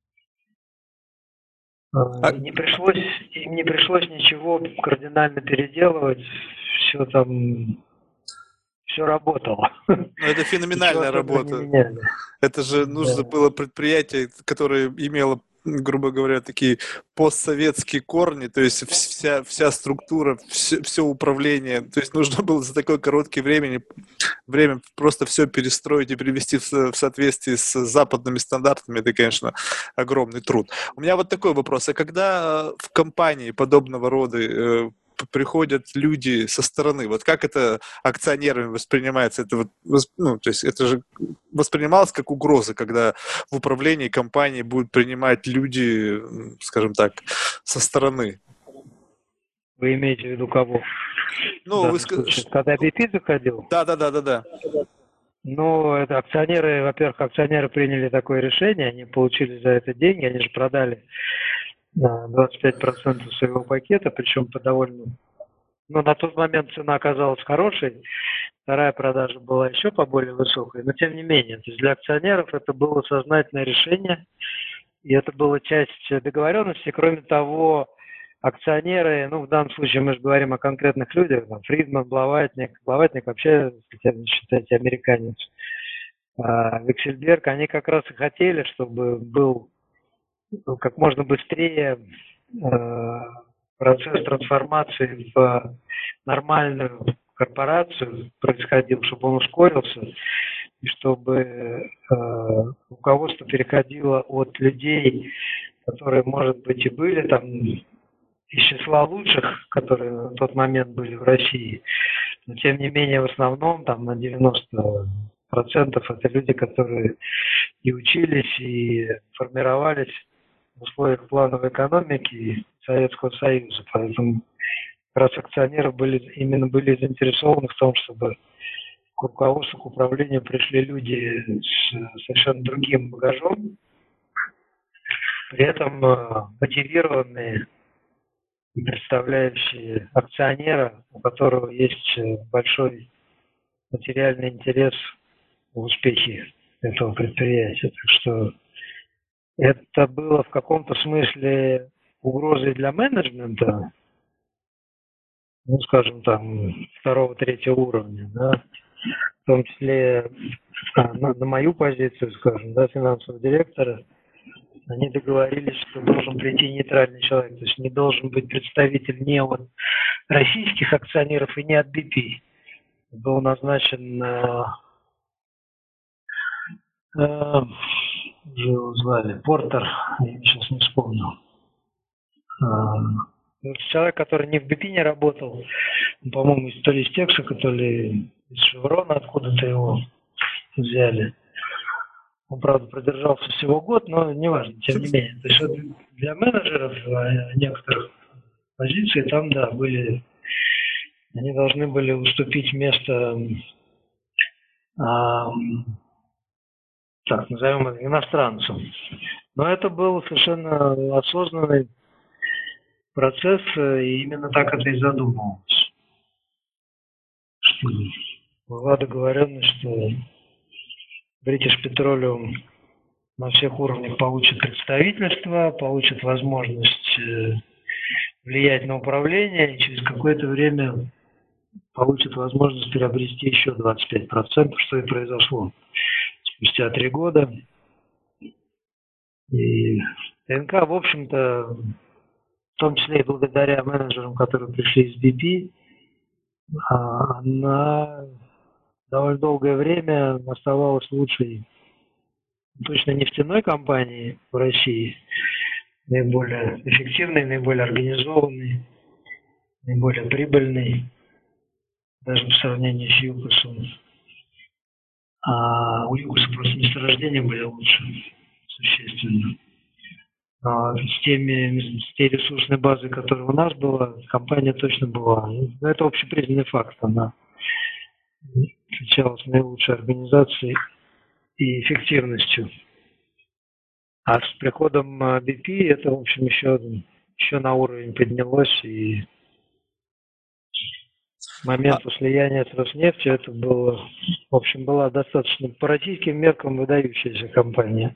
А, не пришлось, им не пришлось ничего кардинально переделывать, все там, все работало. ну, это феноменальная работа. Это же нужно Да. было предприятие, которое имело, грубо говоря, такие постсоветские корни, то есть вся, вся структура, все, все управление. То есть нужно было за такое короткое время, время просто все перестроить и привести в, в соответствии с западными стандартами. Это, конечно, огромный труд. У меня вот такой вопрос. А когда в компании подобного рода приходят люди со стороны, вот как это акционерами воспринимается? Это вот, ну, то есть это же воспринималось как угроза, когда в управлении компанией будут принимать люди, скажем так, со стороны. Вы имеете в виду кого? Ну, вы случае, когда би пи заходил? Да, да, да, да, да. Ну, это акционеры, во-первых, акционеры приняли такое решение, они получили за это деньги, они же продали двадцать пять процентов своего пакета, причем по довольно... Ну, на тот момент цена оказалась хорошей, вторая продажа была еще по более высокой, но тем не менее, то есть для акционеров это было сознательное решение, и это была часть договоренности. Кроме того, акционеры, ну, в данном случае мы же говорим о конкретных людях, там, Фридман, Блаватник, Блаватник вообще, хотя вы считаете, американец, а Вексельберг, они как раз и хотели, чтобы был как можно быстрее э, процесс трансформации в нормальную корпорацию происходил, чтобы он ускорился, и чтобы э, руководство переходило от людей, которые, может быть, и были там из числа лучших, которые на тот момент были в России, но тем не менее в основном там на девяносто процентов это люди, которые и учились, и формировались в условиях плановой экономики Советского Союза. Поэтому как раз акционеры были, именно были заинтересованы в том, чтобы к руководству, к управлению пришли люди с совершенно другим багажом, при этом мотивированные, представляющие акционера, у которого есть большой материальный интерес в успехе этого предприятия. Так что это было в каком-то смысле угрозой для менеджмента, ну, скажем, там, второго-третьего уровня, да, в том числе а, на, на мою позицию, скажем, да, финансового директора. Они договорились, что должен прийти нейтральный человек, то есть не должен быть представитель не от российских акционеров и не от би пи. Был назначен, э, э, его звали, Портер, я сейчас не вспомню. Э, человек, который не в би пи не работал, по-моему, то ли из Тексака, то ли из Шеврона, откуда-то его взяли. Он, правда, продержался всего год, но неважно, тем не менее. То есть вот для менеджеров некоторых позиций там, да, были, они должны были уступить место, а, так, назовем это, иностранцам. Но это был совершенно осознанный процесс, и именно так это и задумывалось. Что была договоренность, что British Petroleum на всех уровнях получит представительство, получит возможность влиять на управление и через какое-то время получит возможность приобрести еще двадцать пять процентов, что и произошло спустя три года. И ТНК, в общем-то, в том числе и благодаря менеджерам, которые пришли из би пи, она довольно долгое время оставалась лучшей, точно нефтяной компанией в России, наиболее эффективной, наиболее организованной, наиболее прибыльной, даже по сравнению с ЮКОСом. А у ЮКОСа просто месторождения были лучше, существенно. А с, теми, с той ресурсной базой, которая у нас была, компания точно была. Но это общепризнанный факт. Она отличалась наилучшей организацией и эффективностью. А с приходом би пи это, в общем, еще, еще на уровень поднялось. И к моменту слияния с Роснефтью это было, в общем, была достаточно по российским меркам выдающаяся компания.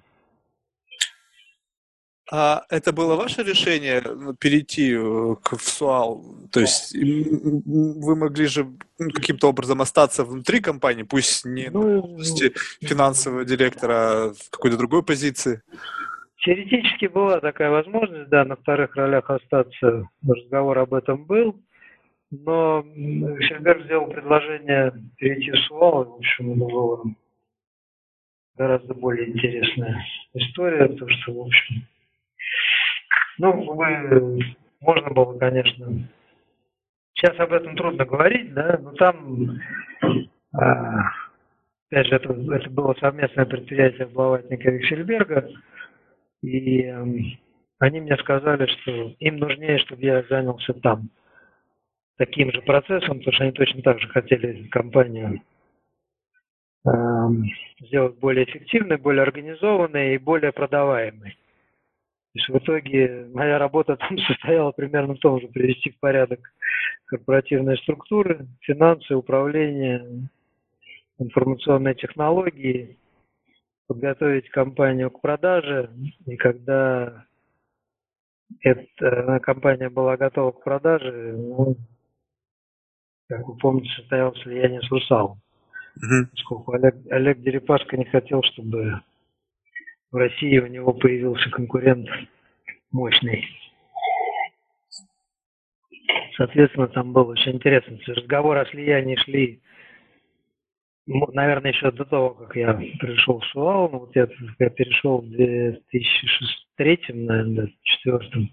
А это было ваше решение перейти к ВСУАЛ? То есть вы могли же каким-то образом остаться внутри компании, пусть не ну, на должности финансового директора, а в какой-то другой позиции? Теоретически была такая возможность, да, на вторых ролях остаться. Разговор об этом был. Но Шельберг сделал предложение перейти в ВСУАЛ. В общем, это была гораздо более интересная история, потому что, в общем, ну, вы, можно было, конечно, сейчас об этом трудно говорить, да, но там, а, опять же, это, это было совместное предприятие Блаватника и Шельберга, и а, они мне сказали, что им нужнее, чтобы я занялся там таким же процессом, потому что они точно так же хотели компанию а, сделать более эффективной, более организованной и более продаваемой. То есть в итоге моя работа там состояла примерно в том же: привести в порядок корпоративные структуры, финансы, управление, информационные технологии, подготовить компанию к продаже. И когда эта компания была готова к продаже, ну, как вы помните, состоялось слияние с Русалом. Mm-hmm. Поскольку Олег, Олег Дерипаска не хотел, чтобы в России у него появился конкурент мощный. Соответственно, там было очень интересно. Разговоры о слиянии шли, наверное, еще до того, как я пришел в ВСУАЛ. Ну, вот я, я перешел в две тысячи третьем, наверное, две тысячи четвёртом.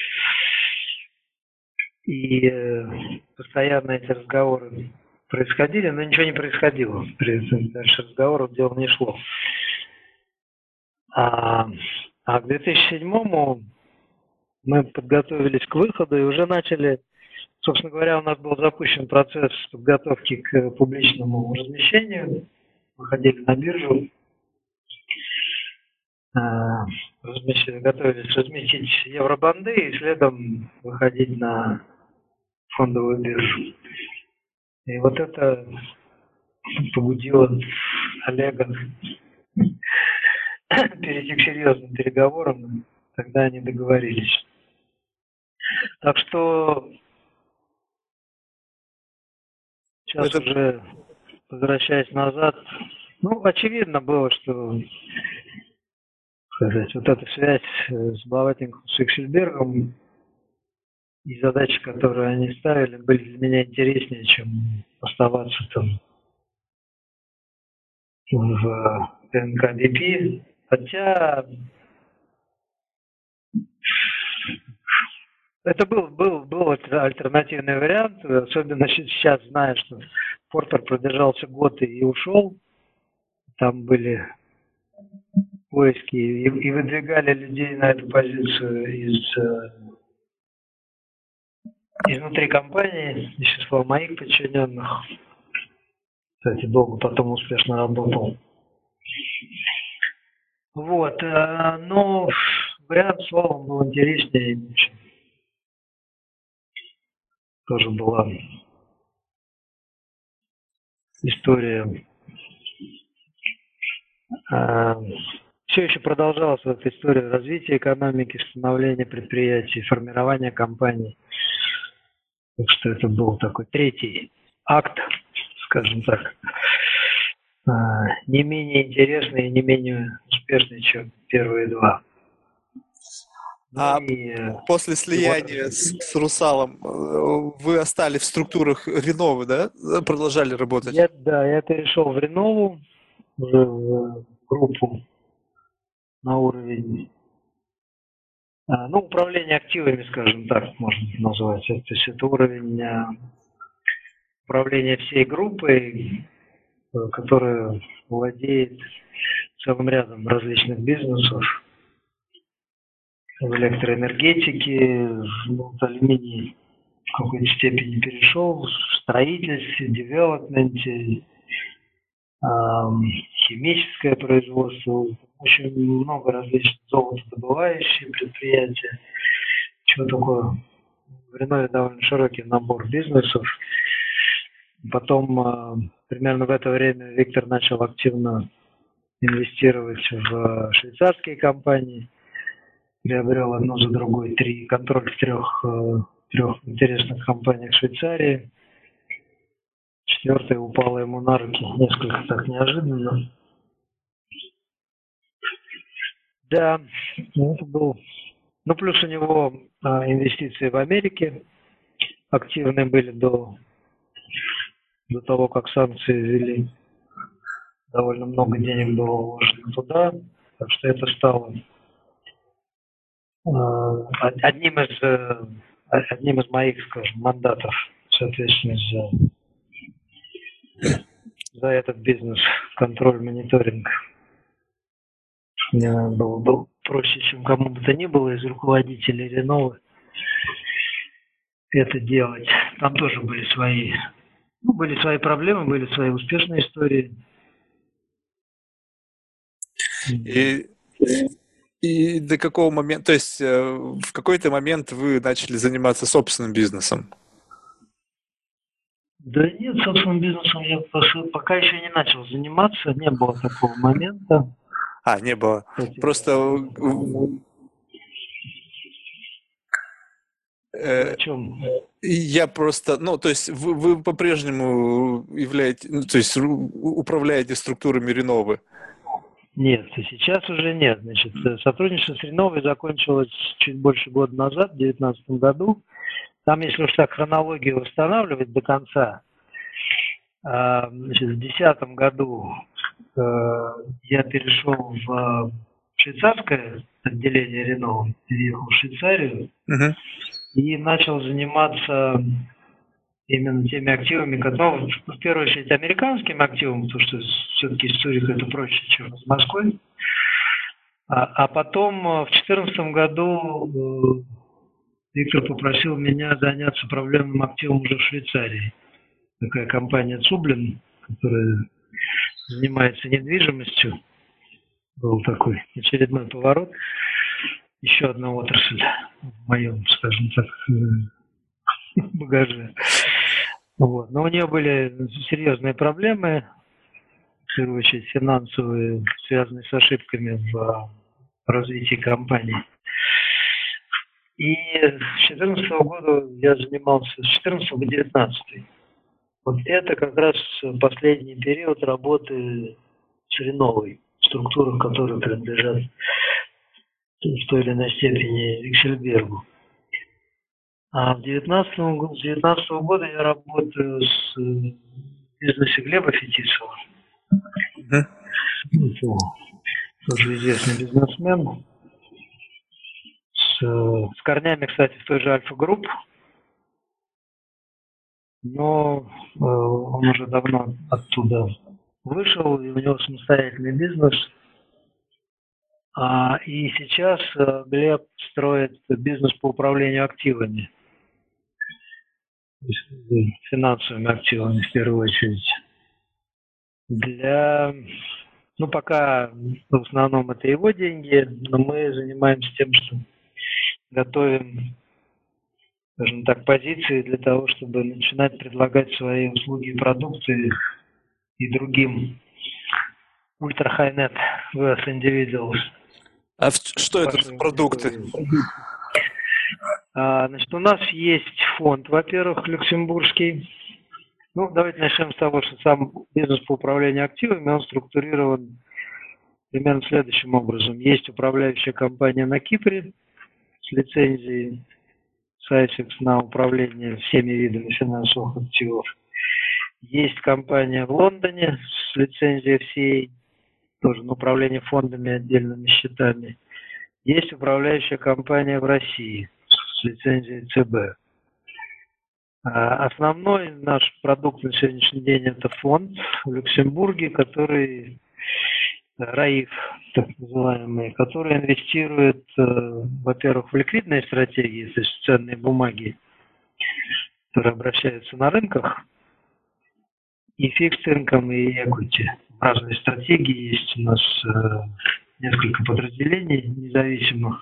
И э, постоянно эти разговоры происходили, но ничего не происходило. Дальше разговоров дело не шло. А А к две тысячи седьмому мы подготовились к выходу и уже начали, собственно говоря, у нас был запущен процесс подготовки к публичному размещению. Выходили на биржу, размещали, готовились разместить евробанды и следом выходить на фондовую биржу. И вот это побудило Олега перейти к серьезным переговорам, когда они договорились. Так что сейчас это... уже, возвращаясь назад, ну, очевидно было, что сказать, вот эта связь с Балатингом, с Иксельбергом и задачи, которые они ставили, были для меня интереснее, чем оставаться там в эн ка би пи. Хотя это был, был, был альтернативный вариант, особенно сейчас, зная, что Портер продержался год и ушел. Там были поиски и, и выдвигали людей на эту позицию из, изнутри компании, из числа моих подчиненных. Кстати, долго потом успешно работал. Вот, но вариант словом был интереснее. Тоже была история. Все еще продолжалась эта история развития экономики, становления предприятий, формирования компаний. Так что это был такой третий акт, скажем так, не менее интересный и не менее успешный, чем первые два. А ну, и, после слияния вот, с, с Русалом вы остались в структурах Реновы, да? Продолжали работать? Я, да, я перешел в Ренову, уже в группу на уровень, ну, управление активами, скажем так, можно назвать. То есть это уровень управления всей группой, которая владеет целым рядом различных бизнесов. В электроэнергетике, в алюминии в какой-то степени перешел, в строительстве, девелопменте, химическое производство, очень много различных золотодобывающих предприятий. Чего такое? В Ренове довольно широкий набор бизнесов. Потом, примерно в это время, Виктор начал активно инвестировать в швейцарские компании. Приобрел одну за другой три, контроль в трех, трех интересных компаниях Швейцарии. Четвертая упала ему на руки несколько так неожиданно. Да, это был... Ну, плюс у него а, инвестиции в Америке активные были до, до того, как санкции ввели. Довольно много денег было вложено туда, так что это стало а, одним из, одним из моих, скажем, мандатов, соответственно, за, за этот бизнес, контроль, мониторинг. Мне было, было проще, чем кому бы то ни было из руководителей Реновы это делать. Там тоже были свои, ну, были свои проблемы, были свои успешные истории. И, и до какого момента, то есть в какой-то момент вы начали заниматься собственным бизнесом? Да нет, собственным бизнесом я пока еще не начал заниматься, не было такого момента. А, не было. Кстати, просто... Э, о чем? Я просто... Ну, то есть вы, вы по-прежнему являетесь... Ну, то есть управляете структурами Реновы? Нет, сейчас уже нет. Значит, сотрудничество с Реновой закончилось чуть больше года назад, в две тысячи девятнадцатом году. Там, если уж так хронологию восстанавливать до конца, значит, в две тысячи десятом году я перешел в швейцарское отделение Реновы, переехал в Швейцарию uh-huh. и начал заниматься именно теми активами, которые, ну, в первую очередь, американскими активами, потому что все-таки из Цюриха это проще, чем из Москвы. А, а потом в две тысячи четырнадцатом году Виктор попросил меня заняться проблемным активом уже в Швейцарии. Такая компания Цублин, которая занимается недвижимостью. Был такой очередной поворот. Еще одна отрасль в моем, скажем так, багаже. Вот. Но у нее были серьезные проблемы, в первую очередь финансовые, связанные с ошибками в развитии компании. И с две тысячи четырнадцатого года я занимался, с две тысячи четырнадцатого по две тысячи девятнадцатый. Вот это как раз последний период работы с Реновой, структурам, которые принадлежат в той или иной степени Виксельбергу. А с две тысячи девятнадцатого года я работаю с бизнесом Глеба Фетисова. Mm-hmm. Тоже известный бизнесмен. С, с корнями, кстати, в той же Альфа-групп. Но э, он уже давно оттуда вышел, и у него самостоятельный бизнес. А, и сейчас э, Глеб строит бизнес по управлению активами. Финансовыми активами в первую очередь. Для, ну пока в основном это его деньги, но мы занимаемся тем, что готовим, скажем так, позиции для того, чтобы начинать предлагать свои услуги и продукты и другим ультра-high-net wealth individuals. А что это за продукты? А, значит, у нас есть фонд, во-первых, люксембургский. Ну, давайте начнем с того, что сам бизнес по управлению активами, он структурирован примерно следующим образом. Есть управляющая компания на Кипре с лицензией Сайфикс на управление всеми видами финансовых активов. Есть компания в Лондоне с лицензией эф си эй, тоже на управление фондами, отдельными счетами. Есть управляющая компания в России с лицензией цэ бэ. Основной наш продукт на сегодняшний день это фонд в Люксембурге, который РАИФ, так называемый, который инвестирует, во-первых, в ликвидные стратегии, то есть ценные бумаги, которые обращаются на рынках, и фикс инком, и equity. Разные стратегии есть у нас несколько подразделений независимых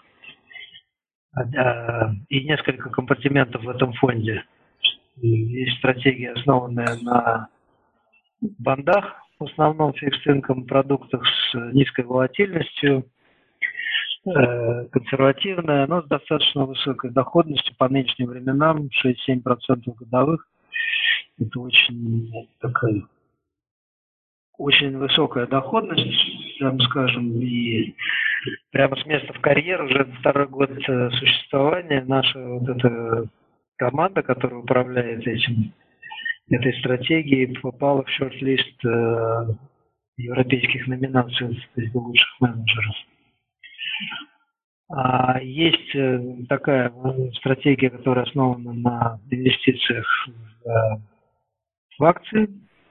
и несколько компартиментов в этом фонде. Есть стратегия, основанная на бандах, в основном фикс-инком продуктах с низкой волатильностью, консервативная, но с достаточно высокой доходностью по нынешним временам, шесть-семь процентов годовых. Это очень такая очень высокая доходность, прямо скажем, и прямо с места в карьер уже второй год существования наша вот эта команда, которая управляет этим, этой стратегией, попала в шорт-лист э, европейских номинаций из лучших менеджеров. А есть э, такая стратегия, которая основана на инвестициях в, э, в акции.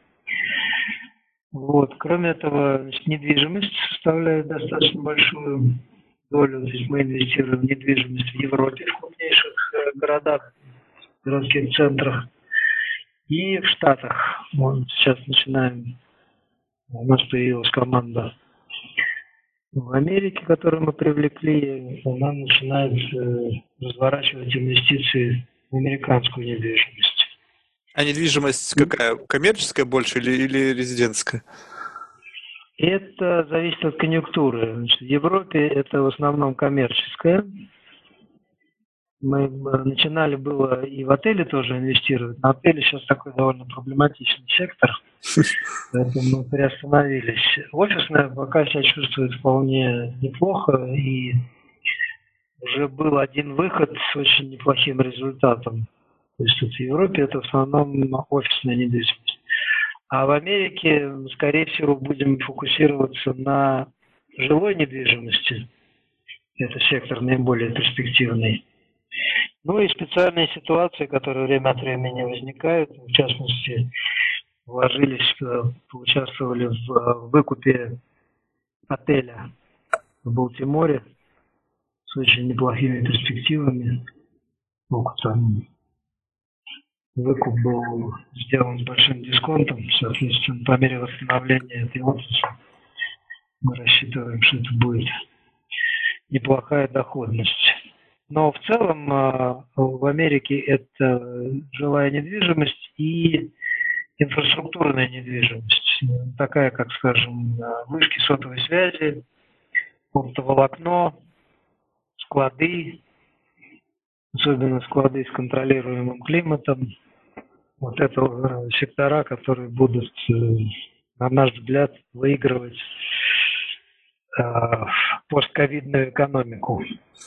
Вот. Кроме этого, значит, недвижимость составляет достаточно большую долю. То есть мы инвестируем в недвижимость в Европе, в крупнейших э, городах, городских центрах, и в Штатах. Мы сейчас начинаем, у нас появилась команда в Америке, которую мы привлекли, она начинает э, разворачивать инвестиции в американскую недвижимость. А недвижимость какая? Коммерческая больше или, или резидентская? Это зависит от конъюнктуры. Значит, в Европе это в основном коммерческая. Мы начинали было и в отели тоже инвестировать, но отели сейчас такой довольно проблематичный сектор, поэтому мы приостановились. Офисная пока себя чувствует вполне неплохо, и уже был один выход с очень неплохим результатом. То есть тут в Европе это в основном офисная недвижимость. А в Америке, скорее всего, будем фокусироваться на жилой недвижимости. Это сектор наиболее перспективный. Ну и специальные ситуации, которые время от времени возникают, в частности, вложились, поучаствовали в выкупе отеля в Балтиморе с очень неплохими перспективами. Ну, там выкуп был сделан с большим дисконтом, соответственно, по мере восстановления этой отрасли мы рассчитываем, что это будет неплохая доходность. Но в целом в Америке это жилая недвижимость и инфраструктурная недвижимость, такая, как, скажем, вышки сотовой связи, оптоволокно, склады, особенно склады с контролируемым климатом. Вот это сектора, которые будут, на наш взгляд, выигрывать э, постковидную экономику.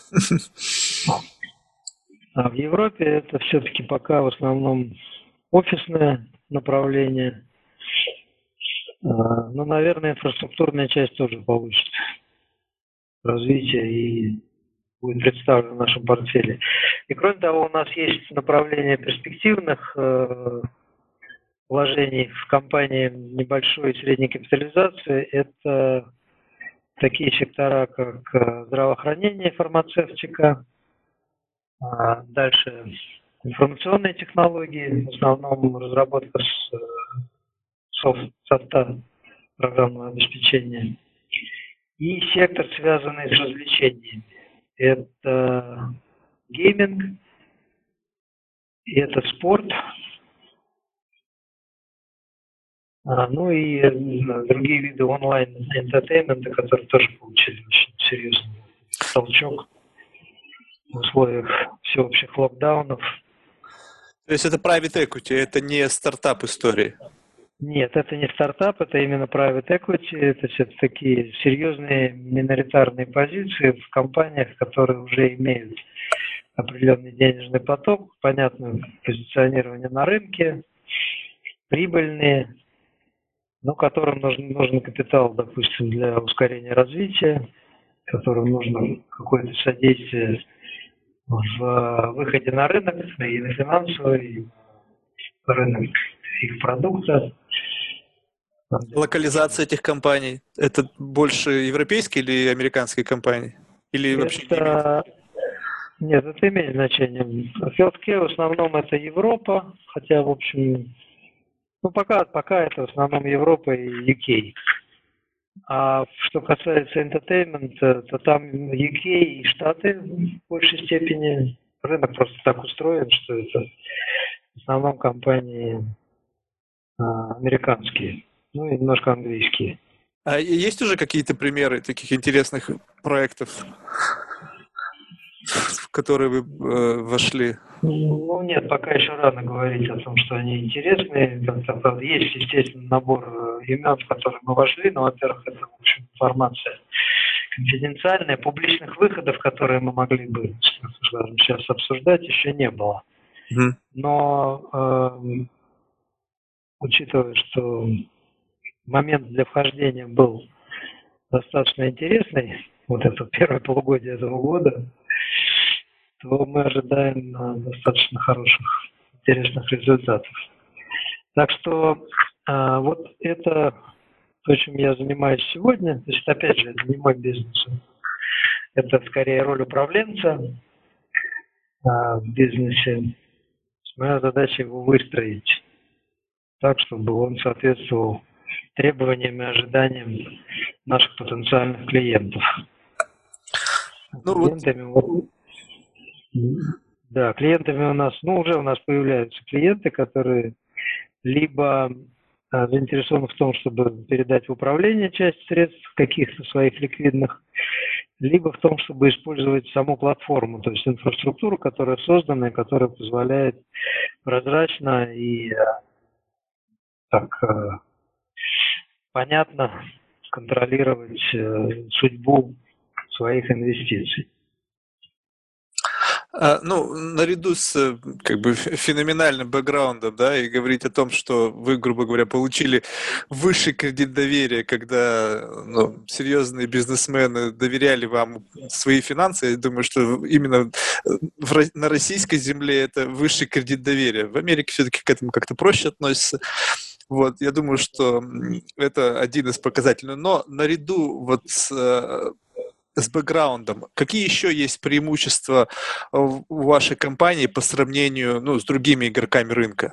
А в Европе это все-таки пока в основном офисное направление. Но, наверное, инфраструктурная часть тоже получит развитие и будет представлено в нашем портфеле. И кроме того, у нас есть направление перспективных э, вложений в компании небольшой и средней капитализации. Это такие сектора, как здравоохранение, фармацевтика, а дальше информационные технологии, в основном разработка с, софт, софта программного обеспечения, и сектор, связанный с развлечениями. Это гейминг, это спорт, ну и другие виды онлайн-энтертеймента, которые тоже получили очень серьезный толчок в условиях всеобщих локдаунов. То есть это private equity, это не стартап истории? Нет, это не стартап, это именно private equity, это все такие серьезные миноритарные позиции в компаниях, которые уже имеют определенный денежный поток, понятное позиционирование на рынке, прибыльные, но которым нужен, нужен капитал, допустим, для ускорения развития, которым нужно какое-то содействие в выходе на рынок, и на финансовый, и на рынок их продукта. Локализация этих компаний – это больше европейские или американские компании? Или это... вообще не имеет? Нет, это имеет значение. Healthcare в основном это Европа, хотя, в общем, ну пока, пока это в основном Европа и ю кей. А что касается entertainment, то там ю кей и Штаты в большей степени. Рынок просто так устроен, что это в основном компании а, американские, ну и немножко английские. А есть уже какие-то примеры таких интересных проектов, в которые вы э, вошли? Ну нет, пока еще рано говорить о том, что они интересные. Есть, естественно, набор имен, в которые мы вошли, но, во-первых, это, в общем, информация конфиденциальная. Публичных выходов, которые мы могли бы, скажем, сейчас обсуждать, еще не было. Mm-hmm. Но, э, учитывая, что момент для вхождения был достаточно интересный, вот это первое полугодие этого года, то мы ожидаем достаточно хороших, интересных результатов. Так что э, вот это то, чем я занимаюсь сегодня. То есть, опять же, это не мой бизнес. Это скорее роль управленца э, в бизнесе. Моя задача его выстроить так, чтобы он соответствовал требованиям и ожиданиям наших потенциальных клиентов. Ну, клиентами вот... Да, клиентами у нас, ну, уже у нас появляются клиенты, которые либо а, заинтересованы в том, чтобы передать в управление часть средств каких-то своих ликвидных, либо в том, чтобы использовать саму платформу, то есть инфраструктуру, которая создана и которая позволяет прозрачно и а, так а, понятно контролировать а, судьбу своих инвестиций. А, ну, наряду с как бы феноменальным бэкграундом, да, и говорить о том, что вы, грубо говоря, получили высший кредит доверия, когда ну, серьезные бизнесмены доверяли вам свои финансы, я думаю, что именно в, на российской земле это высший кредит доверия. В Америке все-таки к этому как-то проще относятся. Вот, я думаю, что это один из показателей. Но наряду вот с с бэкграундом, какие еще есть преимущества в вашей компании по сравнению, ну, с другими игроками рынка?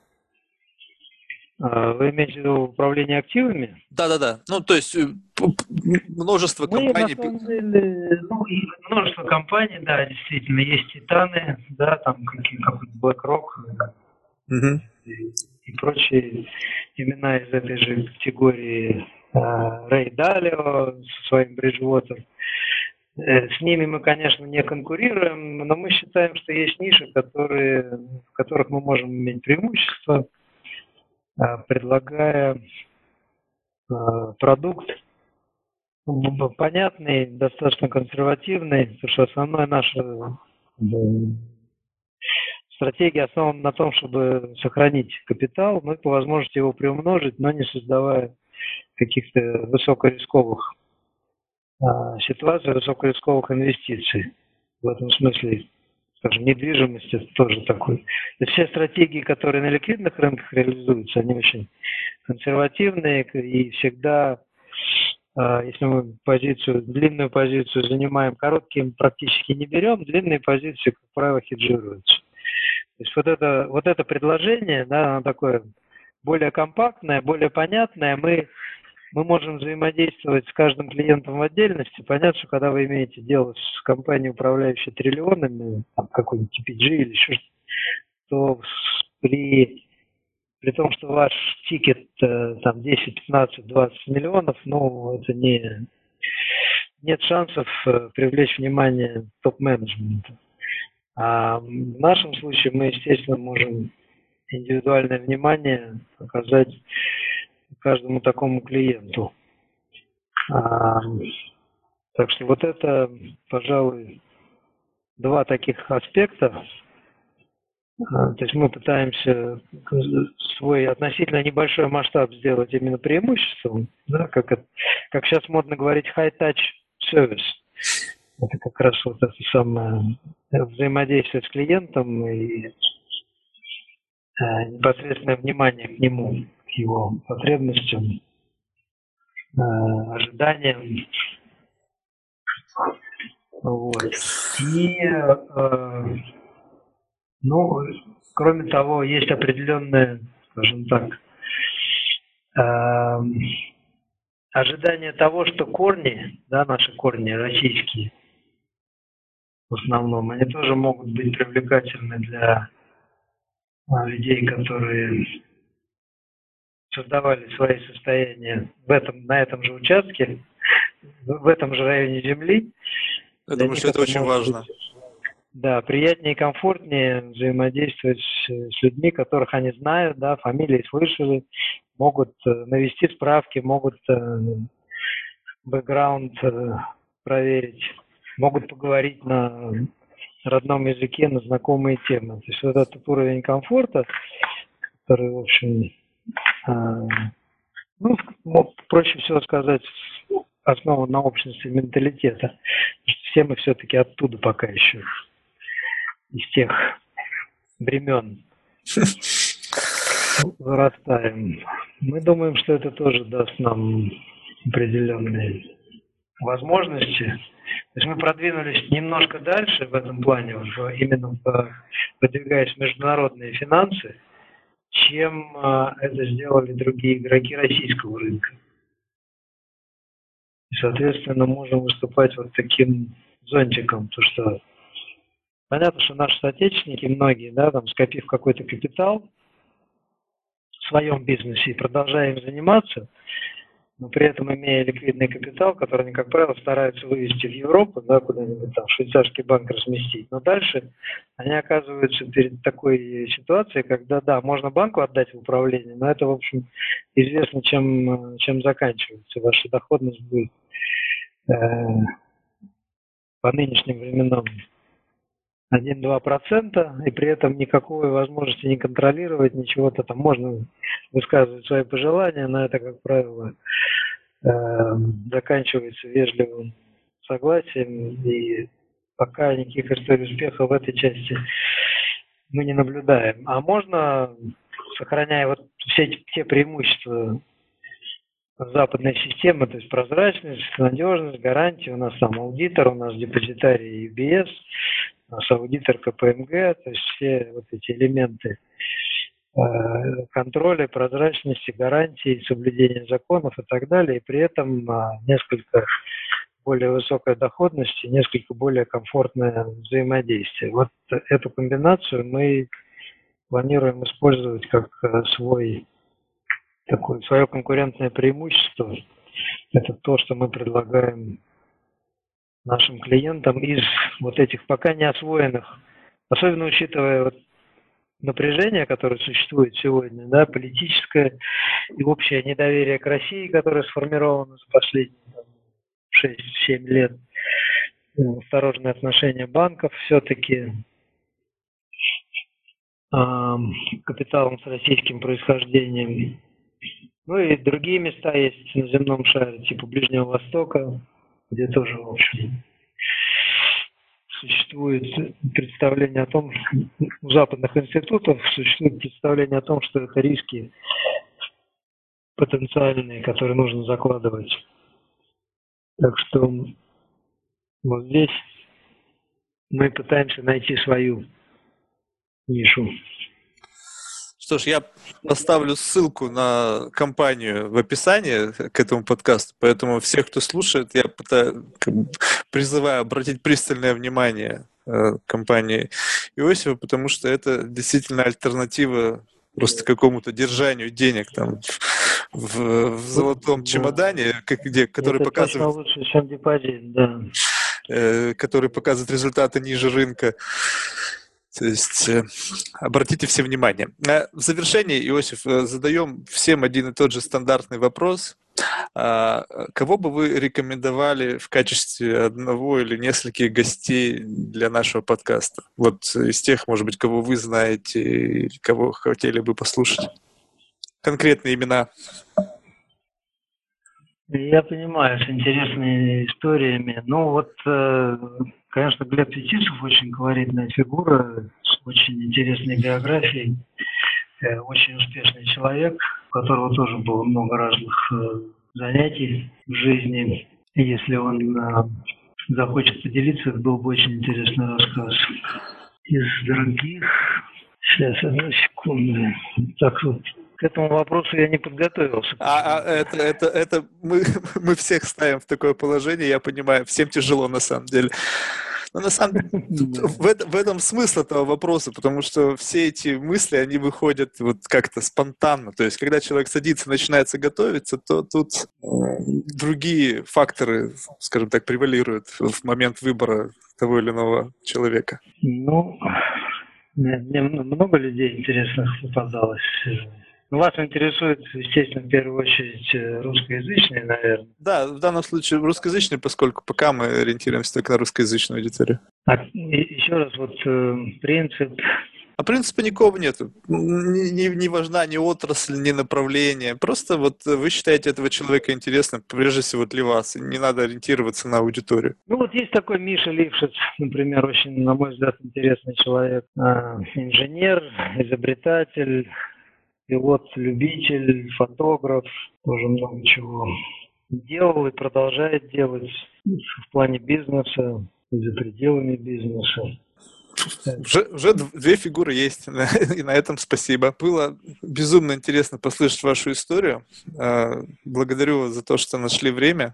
Вы имеете в виду управление активами? Да-да-да. Ну, то есть множество Мы, компаний... на самом деле, ну, и множество компаний, да, действительно, есть Титаны, да, там какой-то BlackRock Угу. и, и прочие имена из этой же категории. Рэй Далио со своим Bridgewater. С ними мы, конечно, не конкурируем, но мы считаем, что есть ниши, которые, в которых мы можем иметь преимущество, предлагая продукт понятный, достаточно консервативный, потому что основная наша стратегия основана на том, чтобы сохранить капитал, ну и по возможности его приумножить, но не создавая каких-то высокорисковых а, ситуаций, высокорисковых инвестиций. В этом смысле, скажем, недвижимость это тоже такой. То есть все стратегии, которые на ликвидных рынках реализуются, они очень консервативные и всегда, а, если мы позицию, длинную позицию занимаем, короткие практически не берем, длинные позиции, как правило, хеджируются. То есть вот это, вот это предложение, да, оно такое более компактное, более понятное. Мы, мы можем взаимодействовать с каждым клиентом в отдельности. Понятно, что когда вы имеете дело с компанией, управляющей триллионами, там, какой-нибудь ти пи джи или еще что-то, то при, при том, что ваш тикет там десять, пятнадцать, двадцать миллионов, ну, это не, нет шансов привлечь внимание топ-менеджмента. А в нашем случае мы, естественно, можем индивидуальное внимание оказать каждому такому клиенту. А, так что вот это, пожалуй, два таких аспекта. А, то есть мы пытаемся свой относительно небольшой масштаб сделать именно преимуществом, да, как, это, как сейчас модно говорить, high-touch service. Это как раз вот это самое взаимодействие с клиентом и э, непосредственное внимание к нему, к его потребностям, э, ожиданиям. Вот. И, э, ну, кроме того, есть определенное, скажем так, э, ожидание того, что корни, да, наши корни российские, в основном, они тоже могут быть привлекательны для а, людей, которые создавали свои состояния в этом, на этом же участке, в этом же районе Земли. Я думаю, что это очень важно. Быть, да, приятнее и комфортнее взаимодействовать с, с людьми, которых они знают, да, фамилии слышали, могут э, навести справки, могут э, бэкграунд э, проверить, могут поговорить на родном языке, на знакомые темы. То есть вот этот уровень комфорта, который, в общем, э, ну, проще всего сказать, основан на общности менталитета. Все мы все-таки оттуда пока еще, из тех времен вырастаем. Мы думаем, что это тоже даст нам определенные возможности. То есть мы продвинулись немножко дальше в этом плане, именно продвигаясь в международные финансы, чем это сделали другие игроки российского рынка. И, соответственно, можем выступать вот таким зонтиком, потому что понятно, что наши соотечественники, многие, да, там, скопив какой-то капитал в своем бизнесе и продолжая им заниматься, но при этом имея ликвидный капитал, который они, как правило, стараются вывести в Европу, да, куда-нибудь там, в швейцарский банк разместить. Но дальше они оказываются перед такой ситуацией, когда, да, можно банку отдать в управление, но это, в общем, известно, чем, чем заканчивается. Ваша доходность будет э, по нынешним временам один-два процента, и при этом никакой возможности не контролировать, ничего-то там можно высказывать свои пожелания, но это, как правило, э, заканчивается вежливым согласием, и пока никаких историй успеха в этой части мы не наблюдаем. А можно, сохраняя вот все те преимущества западной системы, то есть прозрачность, надежность, гарантии. У нас там аудитор, у нас депозитарий ю би эс, у нас аудитор ка пэ эм гэ, то есть все вот эти элементы контроля, прозрачности, гарантий, соблюдения законов и так далее, и при этом несколько более высокая доходность и несколько более комфортное взаимодействие. Вот эту комбинацию мы планируем использовать как свой, такое, свое конкурентное преимущество. Это то, что мы предлагаем нашим клиентам из вот этих пока не освоенных, особенно учитывая вот напряжение, которое существует сегодня, да, политическое и общее недоверие к России, которое сформировано за последние шесть-семь лет, осторожное отношение банков все-таки, э, капиталом с российским происхождением. Ну и другие места есть на земном шаре, типа Ближнего Востока, где тоже, в общем, существует представление о том, у западных институтов существует представление о том, что это риски потенциальные, которые нужно закладывать. Так что вот здесь мы пытаемся найти свою нишу. Что ж, я поставлю ссылку на компанию в описании к этому подкасту, поэтому всех, кто слушает, я пытаюсь, призываю обратить пристальное внимание э, компании Иосифа, потому что это действительно альтернатива просто какому-то держанию денег там в, в золотом чемодане, как, где, который это показывает, точно лучше, чем депозит, да. э, который показывает результаты ниже рынка. То есть э, обратите все внимание. В завершение, Иосиф, задаем всем один и тот же стандартный вопрос. А, кого бы вы рекомендовали в качестве одного или нескольких гостей для нашего подкаста? Вот из тех, может быть, кого вы знаете или кого хотели бы послушать? Конкретные имена. Я понимаю, с интересными историями. Ну вот, конечно, Глеб Фетисов очень колоритная фигура, с очень интересной биографией, очень успешный человек, у которого тоже было много разных занятий в жизни. Если он захочет поделиться, это был бы очень интересный рассказ. Из других... Сейчас, одну секунду. Так вот. К этому вопросу я не подготовился. А, а это, это, это мы, мы всех ставим в такое положение, я понимаю, всем тяжело на самом деле. Но на самом деле в, это, в этом смысл этого вопроса, потому что все эти мысли, они выходят вот как-то спонтанно. То есть, когда человек садится, начинается готовиться, то тут другие факторы, скажем так, превалируют в момент выбора того или иного человека. Ну, мне много людей интересных попадалось. Вас интересует, естественно, в первую очередь русскоязычные, наверное. Да, в данном случае русскоязычные, поскольку пока мы ориентируемся только на русскоязычную аудиторию. А еще раз, вот принцип... А принципа никакого нету. Не, не, не важна ни отрасль, ни направление. Просто вот вы считаете этого человека интересным, прежде всего для вас. И не надо ориентироваться на аудиторию. Ну вот есть такой Миша Лившиц, например, очень, на мой взгляд, интересный человек. Инженер, изобретатель, пилот-любитель, фотограф, тоже много чего делал и продолжает делать в плане бизнеса и за пределами бизнеса. Уже, уже две фигуры есть, и на этом спасибо. Было безумно интересно послушать вашу историю. Благодарю вас за то, что нашли время.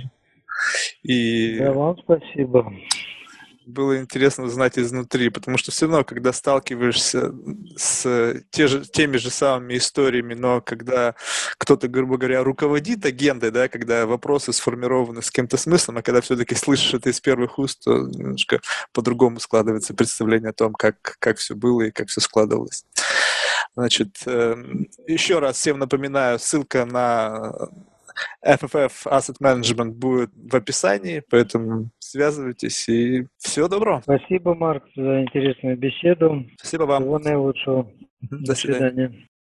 И... Да, вам спасибо. Было интересно узнать изнутри, потому что все равно, когда сталкиваешься с те же, теми же самыми историями, но когда кто-то, грубо говоря, руководит агендой, да, когда вопросы сформированы с каким-то смыслом, а когда все-таки слышишь это из первых уст, то немножко по-другому складывается представление о том, как, как все было и как все складывалось. Значит, еще раз всем напоминаю, ссылка на эф эф эф Asset Management будет в описании, поэтому связывайтесь и всего доброго. Спасибо, Марк, за интересную беседу. Спасибо вам. Всего наилучшего. До, До свидания. свидания.